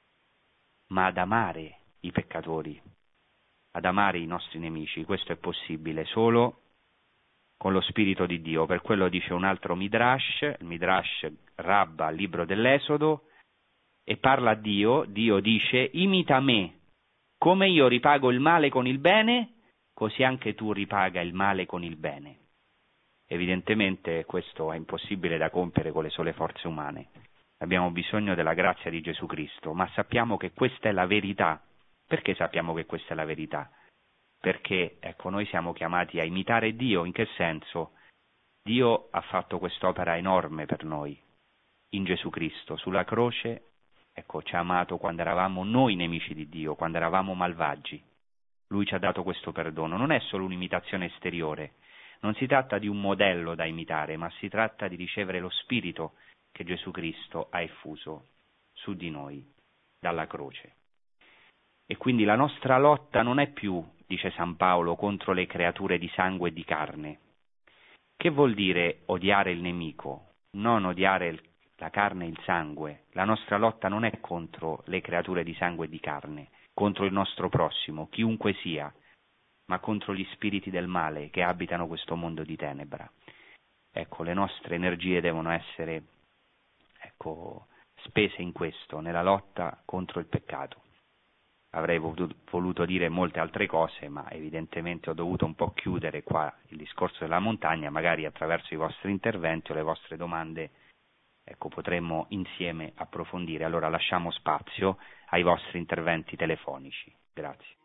ma ad amare i peccatori, ad amare i nostri nemici. Questo è possibile solo con lo Spirito di Dio. Per quello dice un altro Midrash, il Midrash Rabba, al libro dell'Esodo, e parla a Dio. Dio dice: imita me, come io ripago il male con il bene, così anche tu ripaga il male con il bene. Evidentemente questo è impossibile da compiere con le sole forze umane. Abbiamo bisogno della grazia di Gesù Cristo, ma sappiamo che questa è la verità. Perché sappiamo che questa è la verità? Perché, ecco, noi siamo chiamati a imitare Dio. In che senso? Dio ha fatto quest'opera enorme per noi, in Gesù Cristo, sulla croce. Ecco, ci ha amato quando eravamo noi nemici di Dio, quando eravamo malvagi. Lui ci ha dato questo perdono. Non è solo un'imitazione esteriore, non si tratta di un modello da imitare, ma si tratta di ricevere lo Spirito che Gesù Cristo ha effuso su di noi dalla croce. E quindi la nostra lotta non è più, dice San Paolo, contro le creature di sangue e di carne. Che vuol dire odiare il nemico? Non odiare il la carne e il sangue. La nostra lotta non è contro le creature di sangue e di carne, contro il nostro prossimo, chiunque sia, ma contro gli spiriti del male che abitano questo mondo di tenebra. Ecco, le nostre energie devono essere, ecco, spese in questo, nella lotta contro il peccato. Avrei voluto dire molte altre cose, ma evidentemente ho dovuto un po' chiudere qua il discorso della montagna. Magari attraverso i vostri interventi o le vostre domande, ecco, potremmo insieme approfondire. Allora lasciamo spazio ai vostri interventi telefonici. Grazie.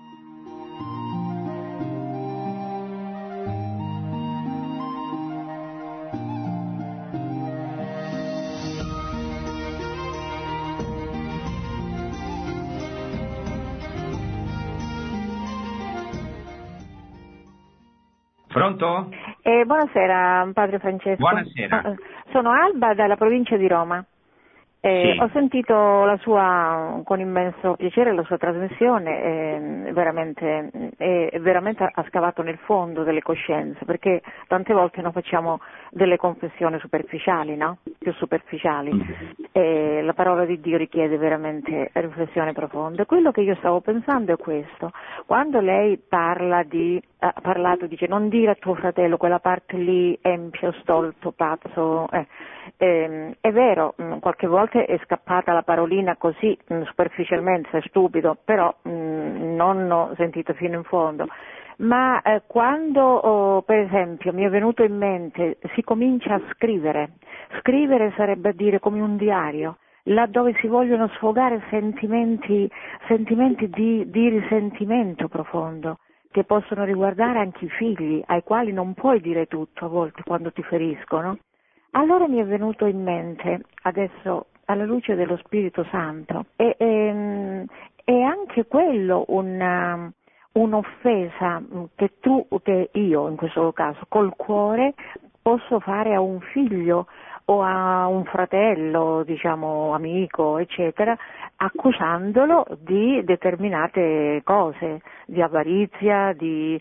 Pronto? Eh, buonasera, padre Francesco. Buonasera. Sono Alba dalla provincia di Roma. Eh, Sì. Ho sentito la sua, con immenso piacere, la sua trasmissione, eh, veramente, eh, veramente ha scavato nel fondo delle coscienze, perché tante volte noi facciamo delle confessioni superficiali, no? Più superficiali. E la parola di Dio richiede veramente riflessione profonda. Quello che io stavo pensando è questo: quando lei parla di, ha parlato, dice, non dire a tuo fratello quella parte lì, empio, stolto, pazzo, eh, eh, è vero, mh, qualche volta è scappata la parolina così mh, superficialmente, è stupido, però mh, non ho sentito fino in fondo. Ma eh, quando, oh, per esempio, mi è venuto in mente, si comincia a scrivere, scrivere sarebbe a dire come un diario, laddove si vogliono sfogare sentimenti, sentimenti di, di risentimento profondo, che possono riguardare anche i figli, ai quali non puoi dire tutto a volte quando ti feriscono. Allora mi è venuto in mente, adesso alla luce dello Spirito Santo, è, è, è anche quello una, un'offesa che tu, che io in questo caso, col cuore posso fare a un figlio o a un fratello, diciamo amico, eccetera, accusandolo di determinate cose, di avarizia, di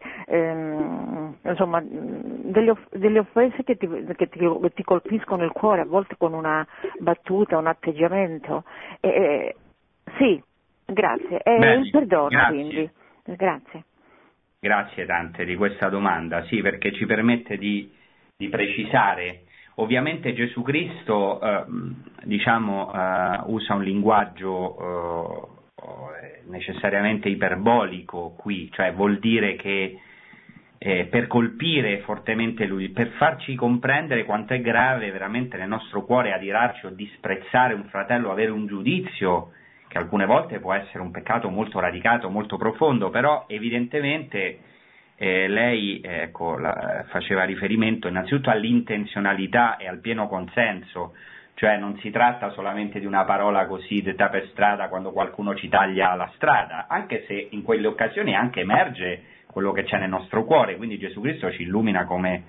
ehm, insomma delle, off- delle offese che ti, che, ti, che ti colpiscono il cuore, a volte con una battuta, un atteggiamento. Eh, sì, grazie. È Bene, il perdono, grazie. quindi. Grazie. Grazie tante di questa domanda, sì, perché ci permette di, di precisare. Ovviamente Gesù Cristo eh, diciamo, eh, usa un linguaggio eh, necessariamente iperbolico qui, cioè vuol dire che eh, per colpire fortemente lui, per farci comprendere quanto è grave veramente nel nostro cuore adirarci o disprezzare un fratello, avere un giudizio che alcune volte può essere un peccato molto radicato, molto profondo, però evidentemente Eh, lei ecco, la, faceva riferimento innanzitutto all'intenzionalità e al pieno consenso, cioè non si tratta solamente di una parola così detta per strada quando qualcuno ci taglia la strada, anche se in quelle occasioni anche emerge quello che c'è nel nostro cuore, quindi Gesù Cristo ci illumina come,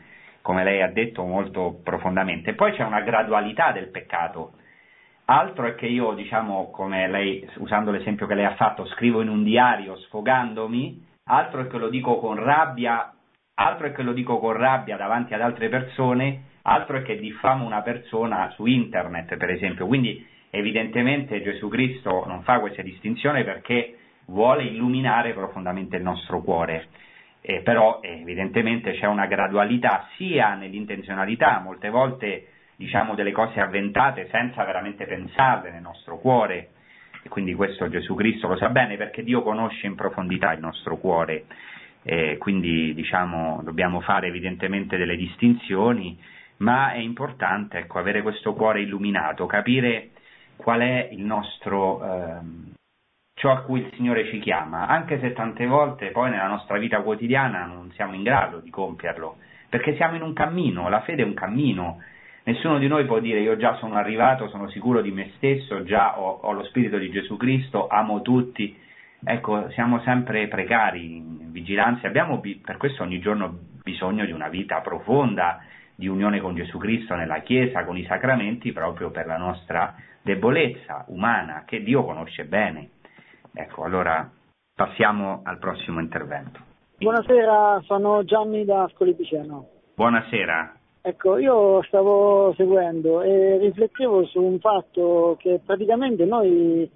come lei ha detto, molto profondamente. Poi c'è una gradualità del peccato. Altro è che io, diciamo, come lei, usando l'esempio che lei ha fatto, scrivo in un diario sfogandomi, altro è che lo dico con rabbia, altro è che lo dico con rabbia davanti ad altre persone, altro è che diffamo una persona su internet, per esempio. Quindi evidentemente Gesù Cristo non fa questa distinzione perché vuole illuminare profondamente il nostro cuore. Eh, però eh, evidentemente c'è una gradualità sia nell'intenzionalità, molte volte diciamo delle cose avventate senza veramente pensarle nel nostro cuore, e quindi questo Gesù Cristo lo sa bene perché Dio conosce in profondità il nostro cuore, eh, quindi diciamo dobbiamo fare evidentemente delle distinzioni, ma è importante, ecco, avere questo cuore illuminato, capire qual è il nostro ehm, ciò a cui il Signore ci chiama, anche se tante volte poi nella nostra vita quotidiana non siamo in grado di compierlo, perché siamo in un cammino, la fede è un cammino. Nessuno di noi può dire io già sono arrivato, sono sicuro di me stesso, già ho, ho lo spirito di Gesù Cristo, amo tutti. Ecco, siamo sempre precari, in vigilanza, abbiamo per questo ogni giorno bisogno di una vita profonda, di unione con Gesù Cristo nella Chiesa, con i sacramenti, proprio per la nostra debolezza umana, che Dio conosce bene. Ecco, allora passiamo al prossimo intervento. Buonasera, sono Gianni da Ascoli Piceno. Buonasera. Ecco, io stavo seguendo e riflettevo su un fatto che praticamente noi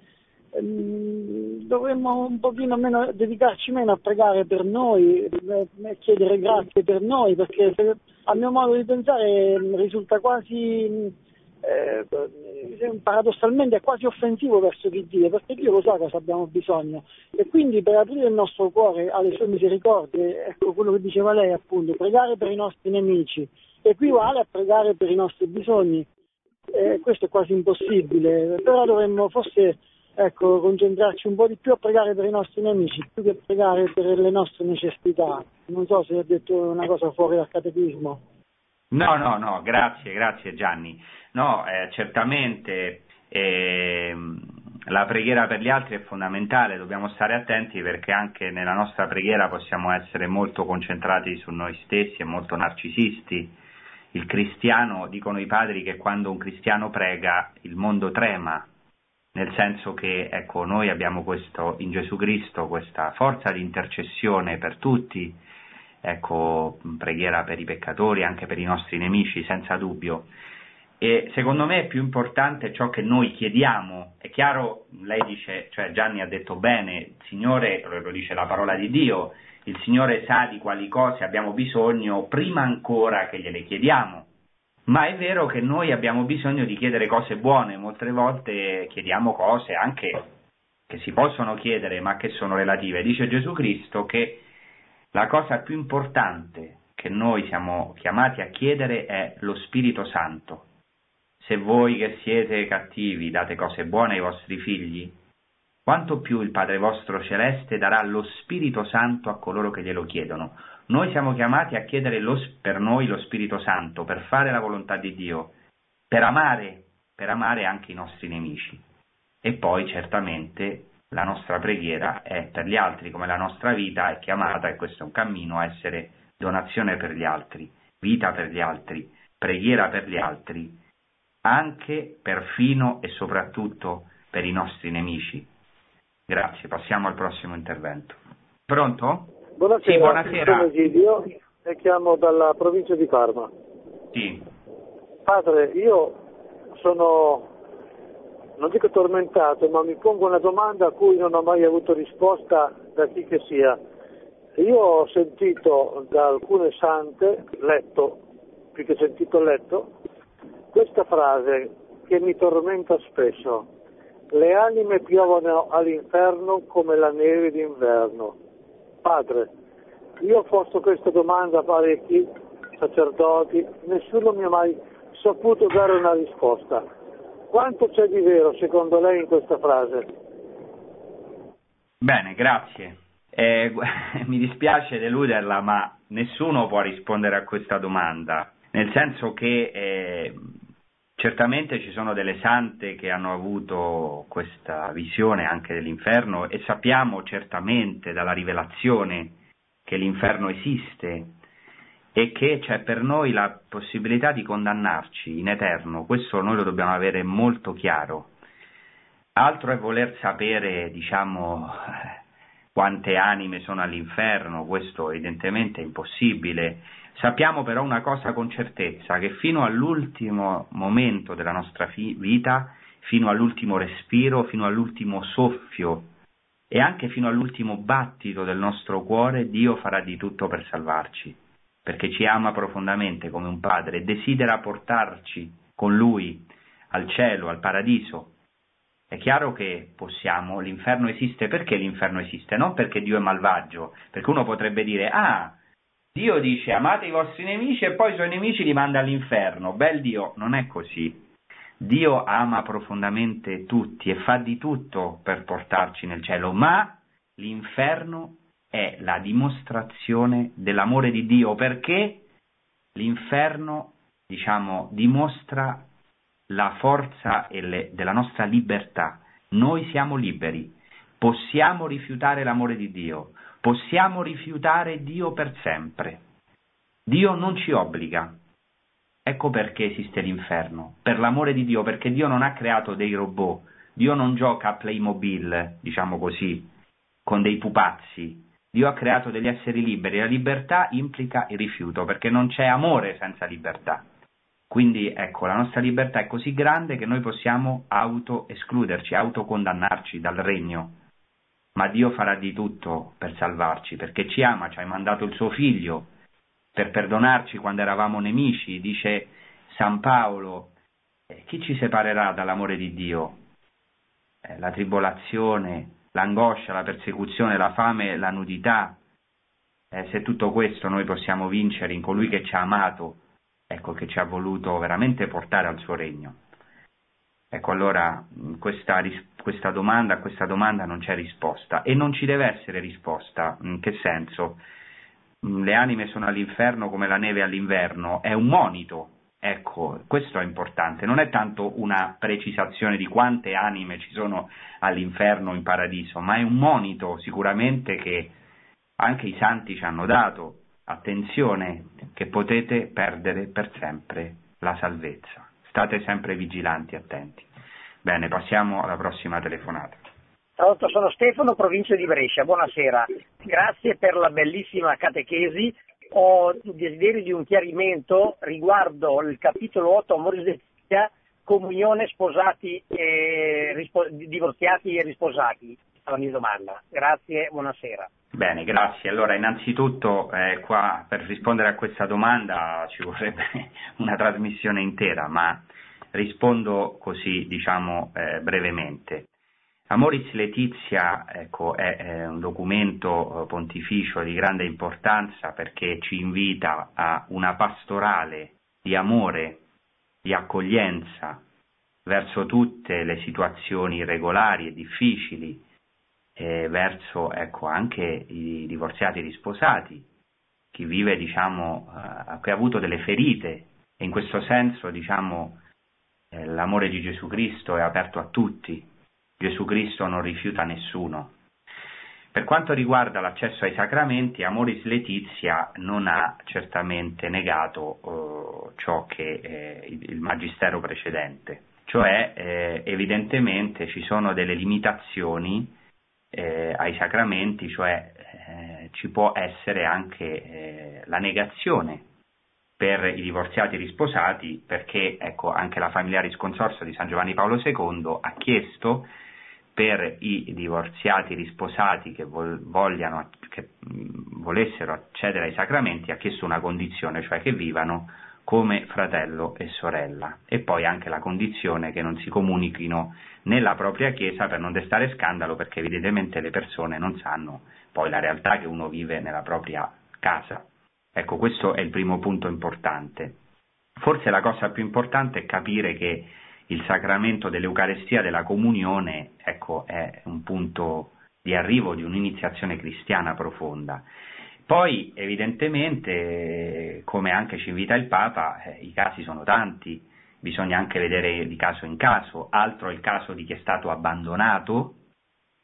ehm, dovremmo un pochino meno dedicarci meno a pregare per noi, e chiedere grazie per noi, perché se, a mio modo di pensare risulta quasi eh, paradossalmente è quasi offensivo verso chi Dio, perché Dio lo sa cosa abbiamo bisogno, e quindi per aprire il nostro cuore alle sue misericordie, ecco quello che diceva lei appunto, pregare per i nostri nemici equivale a pregare per i nostri bisogni. Eh, questo è quasi impossibile, però dovremmo forse ecco, concentrarci un po' di più a pregare per i nostri nemici più che pregare per le nostre necessità. Non so se ho detto una cosa fuori dal catechismo. No, no, no, grazie, grazie Gianni. No, eh, certamente eh, la preghiera per gli altri è fondamentale, dobbiamo stare attenti perché anche nella nostra preghiera possiamo essere molto concentrati su noi stessi e molto narcisisti. Il cristiano, dicono i padri che quando un cristiano prega il mondo trema, nel senso che ecco, noi abbiamo questo in Gesù Cristo questa forza di intercessione per tutti, ecco, preghiera per i peccatori, anche per i nostri nemici, senza dubbio. E secondo me è più importante ciò che noi chiediamo. È chiaro, lei dice, cioè Gianni ha detto bene, il Signore, lo dice la parola di Dio, il Signore sa di quali cose abbiamo bisogno prima ancora che gliele chiediamo. Ma è vero che noi abbiamo bisogno di chiedere cose buone, molte volte chiediamo cose anche che si possono chiedere ma che sono relative. Dice Gesù Cristo che la cosa più importante che noi siamo chiamati a chiedere è lo Spirito Santo. Se voi che siete cattivi date cose buone ai vostri figli, quanto più il Padre vostro celeste darà lo Spirito Santo a coloro che glielo chiedono. Noi siamo chiamati a chiedere lo, per noi lo Spirito Santo, per fare la volontà di Dio, per amare, per amare anche i nostri nemici. E poi certamente la nostra preghiera è per gli altri, come la nostra vita è chiamata, e questo è un cammino, a essere donazione per gli altri, vita per gli altri, preghiera per gli altri, anche, perfino e soprattutto per i nostri nemici. Grazie, passiamo al prossimo intervento. Pronto? Buonasera, sì, buonasera. Sono Egidio e chiamo dalla provincia di Parma. Sì. Padre, io sono, non dico tormentato, ma mi pongo una domanda a cui non ho mai avuto risposta da chi che sia. Io ho sentito da alcune sante, letto, più che sentito letto, questa frase che mi tormenta spesso: le anime piovono all'inferno come la neve d'inverno. Padre, io ho posto questa domanda a parecchi sacerdoti, nessuno mi ha mai saputo dare una risposta. Quanto c'è di vero secondo lei in questa frase? Bene, grazie. Eh, mi dispiace deluderla, ma nessuno può rispondere a questa domanda, nel senso che eh, certamente ci sono delle sante che hanno avuto questa visione anche dell'inferno e sappiamo certamente dalla rivelazione che l'inferno esiste e che c'è per noi la possibilità di condannarci in eterno. Questo noi lo dobbiamo avere molto chiaro. Altro è voler sapere, diciamo, quante anime sono all'inferno, questo evidentemente è impossibile. Sappiamo però una cosa con certezza, che fino all'ultimo momento della nostra fi- vita, fino all'ultimo respiro, fino all'ultimo soffio e anche fino all'ultimo battito del nostro cuore, Dio farà di tutto per salvarci, perché ci ama profondamente come un padre e desidera portarci con Lui al cielo, al paradiso. È chiaro che possiamo, l'inferno esiste perché l'inferno esiste, non perché Dio è malvagio, perché uno potrebbe dire, ah, Dio dice amate i vostri nemici e poi i suoi nemici li manda all'inferno. Bel Dio, non è così. Dio ama profondamente tutti e fa di tutto per portarci nel cielo, ma l'inferno è la dimostrazione dell'amore di Dio, perché l'inferno, diciamo, dimostra la forza e le, della nostra libertà. Noi siamo liberi, possiamo rifiutare l'amore di Dio, possiamo rifiutare Dio per sempre. Dio non ci obbliga. Ecco perché esiste l'inferno, per l'amore di Dio, perché Dio non ha creato dei robot, Dio non gioca a Playmobil, diciamo così, con dei pupazzi. Dio ha creato degli esseri liberi, la libertà implica il rifiuto, perché non c'è amore senza libertà. Quindi ecco, la nostra libertà è così grande che noi possiamo auto-escluderci, autocondannarci dal regno. Ma Dio farà di tutto per salvarci, perché ci ama, ci ha mandato il suo figlio per perdonarci quando eravamo nemici. Dice San Paolo, eh, chi ci separerà dall'amore di Dio? Eh, la tribolazione, l'angoscia, la persecuzione, la fame, la nudità. Eh, se tutto questo noi possiamo vincere in colui che ci ha amato, ecco, che ci ha voluto veramente portare al suo regno. Ecco, allora questa, questa domanda, a questa domanda non c'è risposta e non ci deve essere risposta. In che senso? Le anime sono all'inferno come la neve all'inverno, è un monito, ecco, questo è importante, non è tanto una precisazione di quante anime ci sono all'inferno o in paradiso, ma è un monito sicuramente che anche i santi ci hanno dato. Attenzione, che potete perdere per sempre la salvezza. State sempre vigilanti, attenti. Bene, passiamo alla prossima telefonata. Pronto, sono Stefano, provincia di Brescia. Buonasera. Grazie per la bellissima catechesi. Ho il desiderio di un chiarimento riguardo il capitolo otto, Amoris Laetitia, comunione sposati e rispo- divorziati e risposati. La mia domanda. Grazie, buonasera. Bene, grazie. Allora, innanzitutto, eh, qua per rispondere a questa domanda ci vorrebbe una trasmissione intera, ma rispondo così, diciamo, eh, brevemente. Amoris Laetitia, ecco, è, è un documento pontificio di grande importanza perché ci invita a una pastorale di amore, di accoglienza verso tutte le situazioni irregolari e difficili, eh, verso, ecco, anche i divorziati e risposati, chi vive, diciamo, eh, che ha avuto delle ferite, e in questo senso, diciamo, eh, l'amore di Gesù Cristo è aperto a tutti. Gesù Cristo non rifiuta nessuno. Per quanto riguarda l'accesso ai sacramenti, Amoris Laetitia non ha certamente negato eh, ciò che eh, il magistero precedente, cioè eh, evidentemente ci sono delle limitazioni eh, ai sacramenti, cioè eh, ci può essere anche eh, la negazione per i divorziati risposati, perché ecco, anche la Familiaris Consortio di San Giovanni Paolo secondo ha chiesto per i divorziati risposati che, vol- vogliano, che mh, volessero accedere ai sacramenti, ha chiesto una condizione, cioè che vivano come fratello e sorella, e poi anche la condizione che non si comunichino nella propria chiesa per non destare scandalo, perché evidentemente le persone non sanno poi la realtà che uno vive nella propria casa. Ecco, questo è il primo punto importante. Forse la cosa più importante è capire che il sacramento dell'Eucarestia, della comunione, ecco, è un punto di arrivo di un'iniziazione cristiana profonda. Poi, evidentemente, come anche ci invita il Papa, eh, i casi sono tanti, bisogna anche vedere di caso in caso. Altro è il caso di chi è stato abbandonato,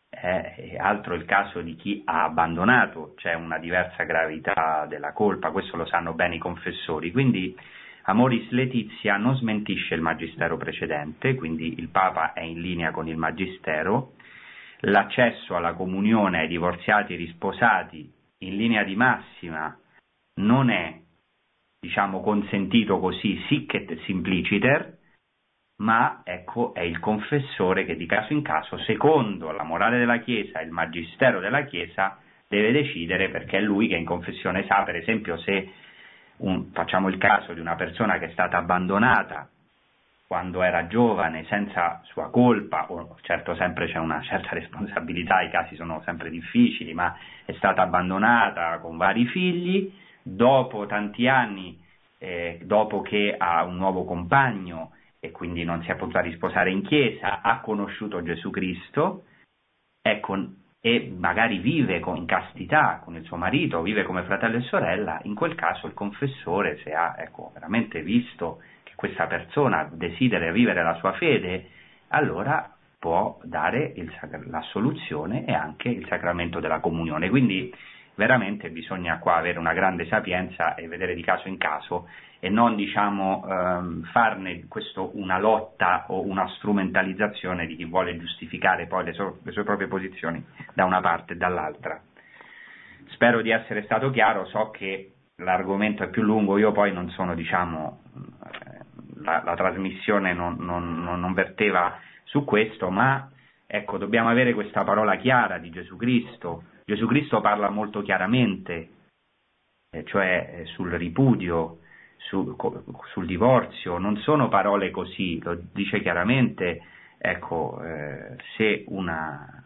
è altro il caso di chi ha abbandonato, c'è una diversa gravità della colpa, questo lo sanno bene i confessori. Quindi Amoris Laetitia non smentisce il magistero precedente, quindi il Papa è in linea con il magistero, l'accesso alla comunione ai divorziati e risposati in linea di massima non è, diciamo, consentito così sic et simpliciter, ma ecco è il confessore che di caso in caso, secondo la morale della Chiesa e il magistero della Chiesa, deve decidere, perché è lui che in confessione sa, per esempio, se un, facciamo il caso di una persona che è stata abbandonata quando era giovane senza sua colpa, o certo sempre c'è una certa responsabilità, i casi sono sempre difficili, ma è stata abbandonata con vari figli, dopo tanti anni, eh, dopo che ha un nuovo compagno e quindi non si è potuta risposare in chiesa, ha conosciuto Gesù Cristo, ecco, e magari vive con, in castità con il suo marito, vive come fratello e sorella, in quel caso il confessore, se ha ecco, veramente visto che questa persona desidera vivere la sua fede, allora può dare il, l'assoluzione e anche il sacramento della comunione. Quindi veramente bisogna qua avere una grande sapienza e vedere di caso in caso e non, diciamo, ehm, farne questo una lotta o una strumentalizzazione di chi vuole giustificare poi le, so- le sue proprie posizioni da una parte e dall'altra. Spero di essere stato chiaro, so che l'argomento è più lungo, io poi non sono, diciamo, la, la trasmissione non, non, non verteva su questo, ma ecco, dobbiamo avere questa parola chiara di Gesù Cristo. Gesù Cristo parla molto chiaramente, eh, cioè eh, sul ripudio, su, co, sul divorzio, non sono parole così, lo dice chiaramente, ecco, eh, se una,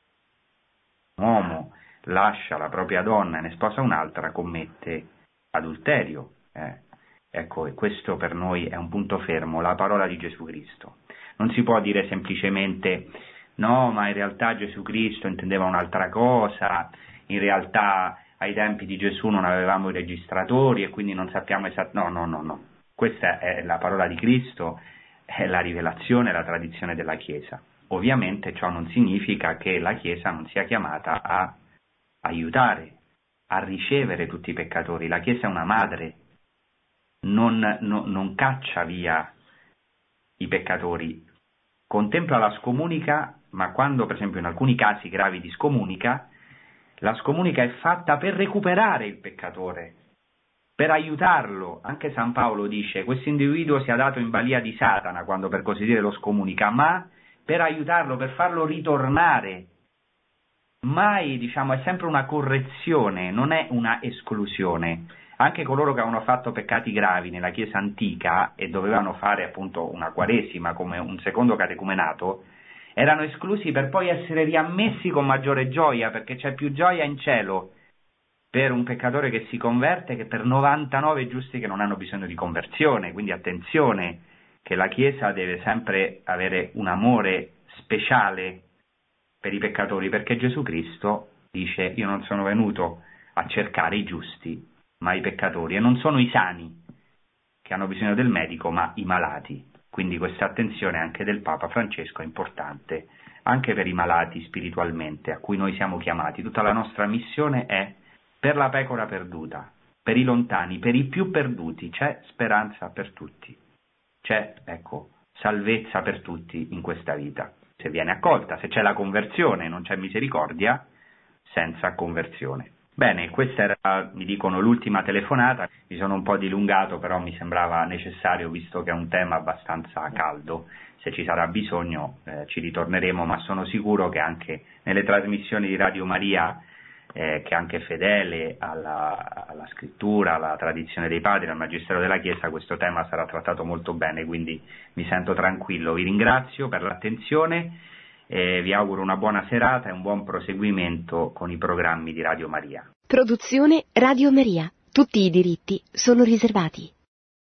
un uomo lascia la propria donna e ne sposa un'altra, commette adulterio, eh. Ecco, e questo per noi è un punto fermo, la parola di Gesù Cristo. Non si può dire semplicemente no, ma in realtà Gesù Cristo intendeva un'altra cosa, in realtà ai tempi di Gesù non avevamo i registratori e quindi non sappiamo esattamente. No, no, no, no. Questa è la parola di Cristo, è la rivelazione, la tradizione della Chiesa. Ovviamente ciò non significa che la Chiesa non sia chiamata a aiutare, a ricevere tutti i peccatori. La Chiesa è una madre, non, no, non caccia via i peccatori, contempla la scomunica, ma quando per esempio in alcuni casi gravi di scomunica, la scomunica è fatta per recuperare il peccatore, per aiutarlo. Anche San Paolo dice questo individuo sia dato in balia di Satana quando per così dire lo scomunica, ma per aiutarlo, per farlo ritornare. Mai, diciamo, è sempre una correzione, non è una esclusione. Anche coloro che avevano fatto peccati gravi nella Chiesa antica e dovevano fare appunto una quaresima come un secondo catecumenato, erano esclusi per poi essere riammessi con maggiore gioia, perché c'è più gioia in cielo per un peccatore che si converte che per novantanove giusti che non hanno bisogno di conversione. Quindi attenzione, che la Chiesa deve sempre avere un amore speciale per i peccatori, perché Gesù Cristo dice io non sono venuto a cercare i giusti ma i peccatori, e non sono i sani che hanno bisogno del medico ma i malati. Quindi questa attenzione anche del Papa Francesco è importante anche per i malati spiritualmente a cui noi siamo chiamati. Tutta la nostra missione è per la pecora perduta, per i lontani, per i più perduti. C'è speranza per tutti, c'è, ecco, salvezza per tutti in questa vita, se viene accolta. Se c'è la conversione, non c'è misericordia senza conversione. Bene, questa era, mi dicono, l'ultima telefonata. Mi sono un po' dilungato, però mi sembrava necessario, visto che è un tema abbastanza caldo. Se ci sarà bisogno eh, ci ritorneremo, ma sono sicuro che anche nelle trasmissioni di Radio Maria, eh, che è anche fedele alla, alla scrittura, alla tradizione dei padri, al magistero della Chiesa, questo tema sarà trattato molto bene, quindi mi sento tranquillo. Vi ringrazio per l'attenzione. E vi auguro una buona serata e un buon proseguimento con i programmi di Radio Maria. Produzione Radio Maria. Tutti i diritti sono riservati.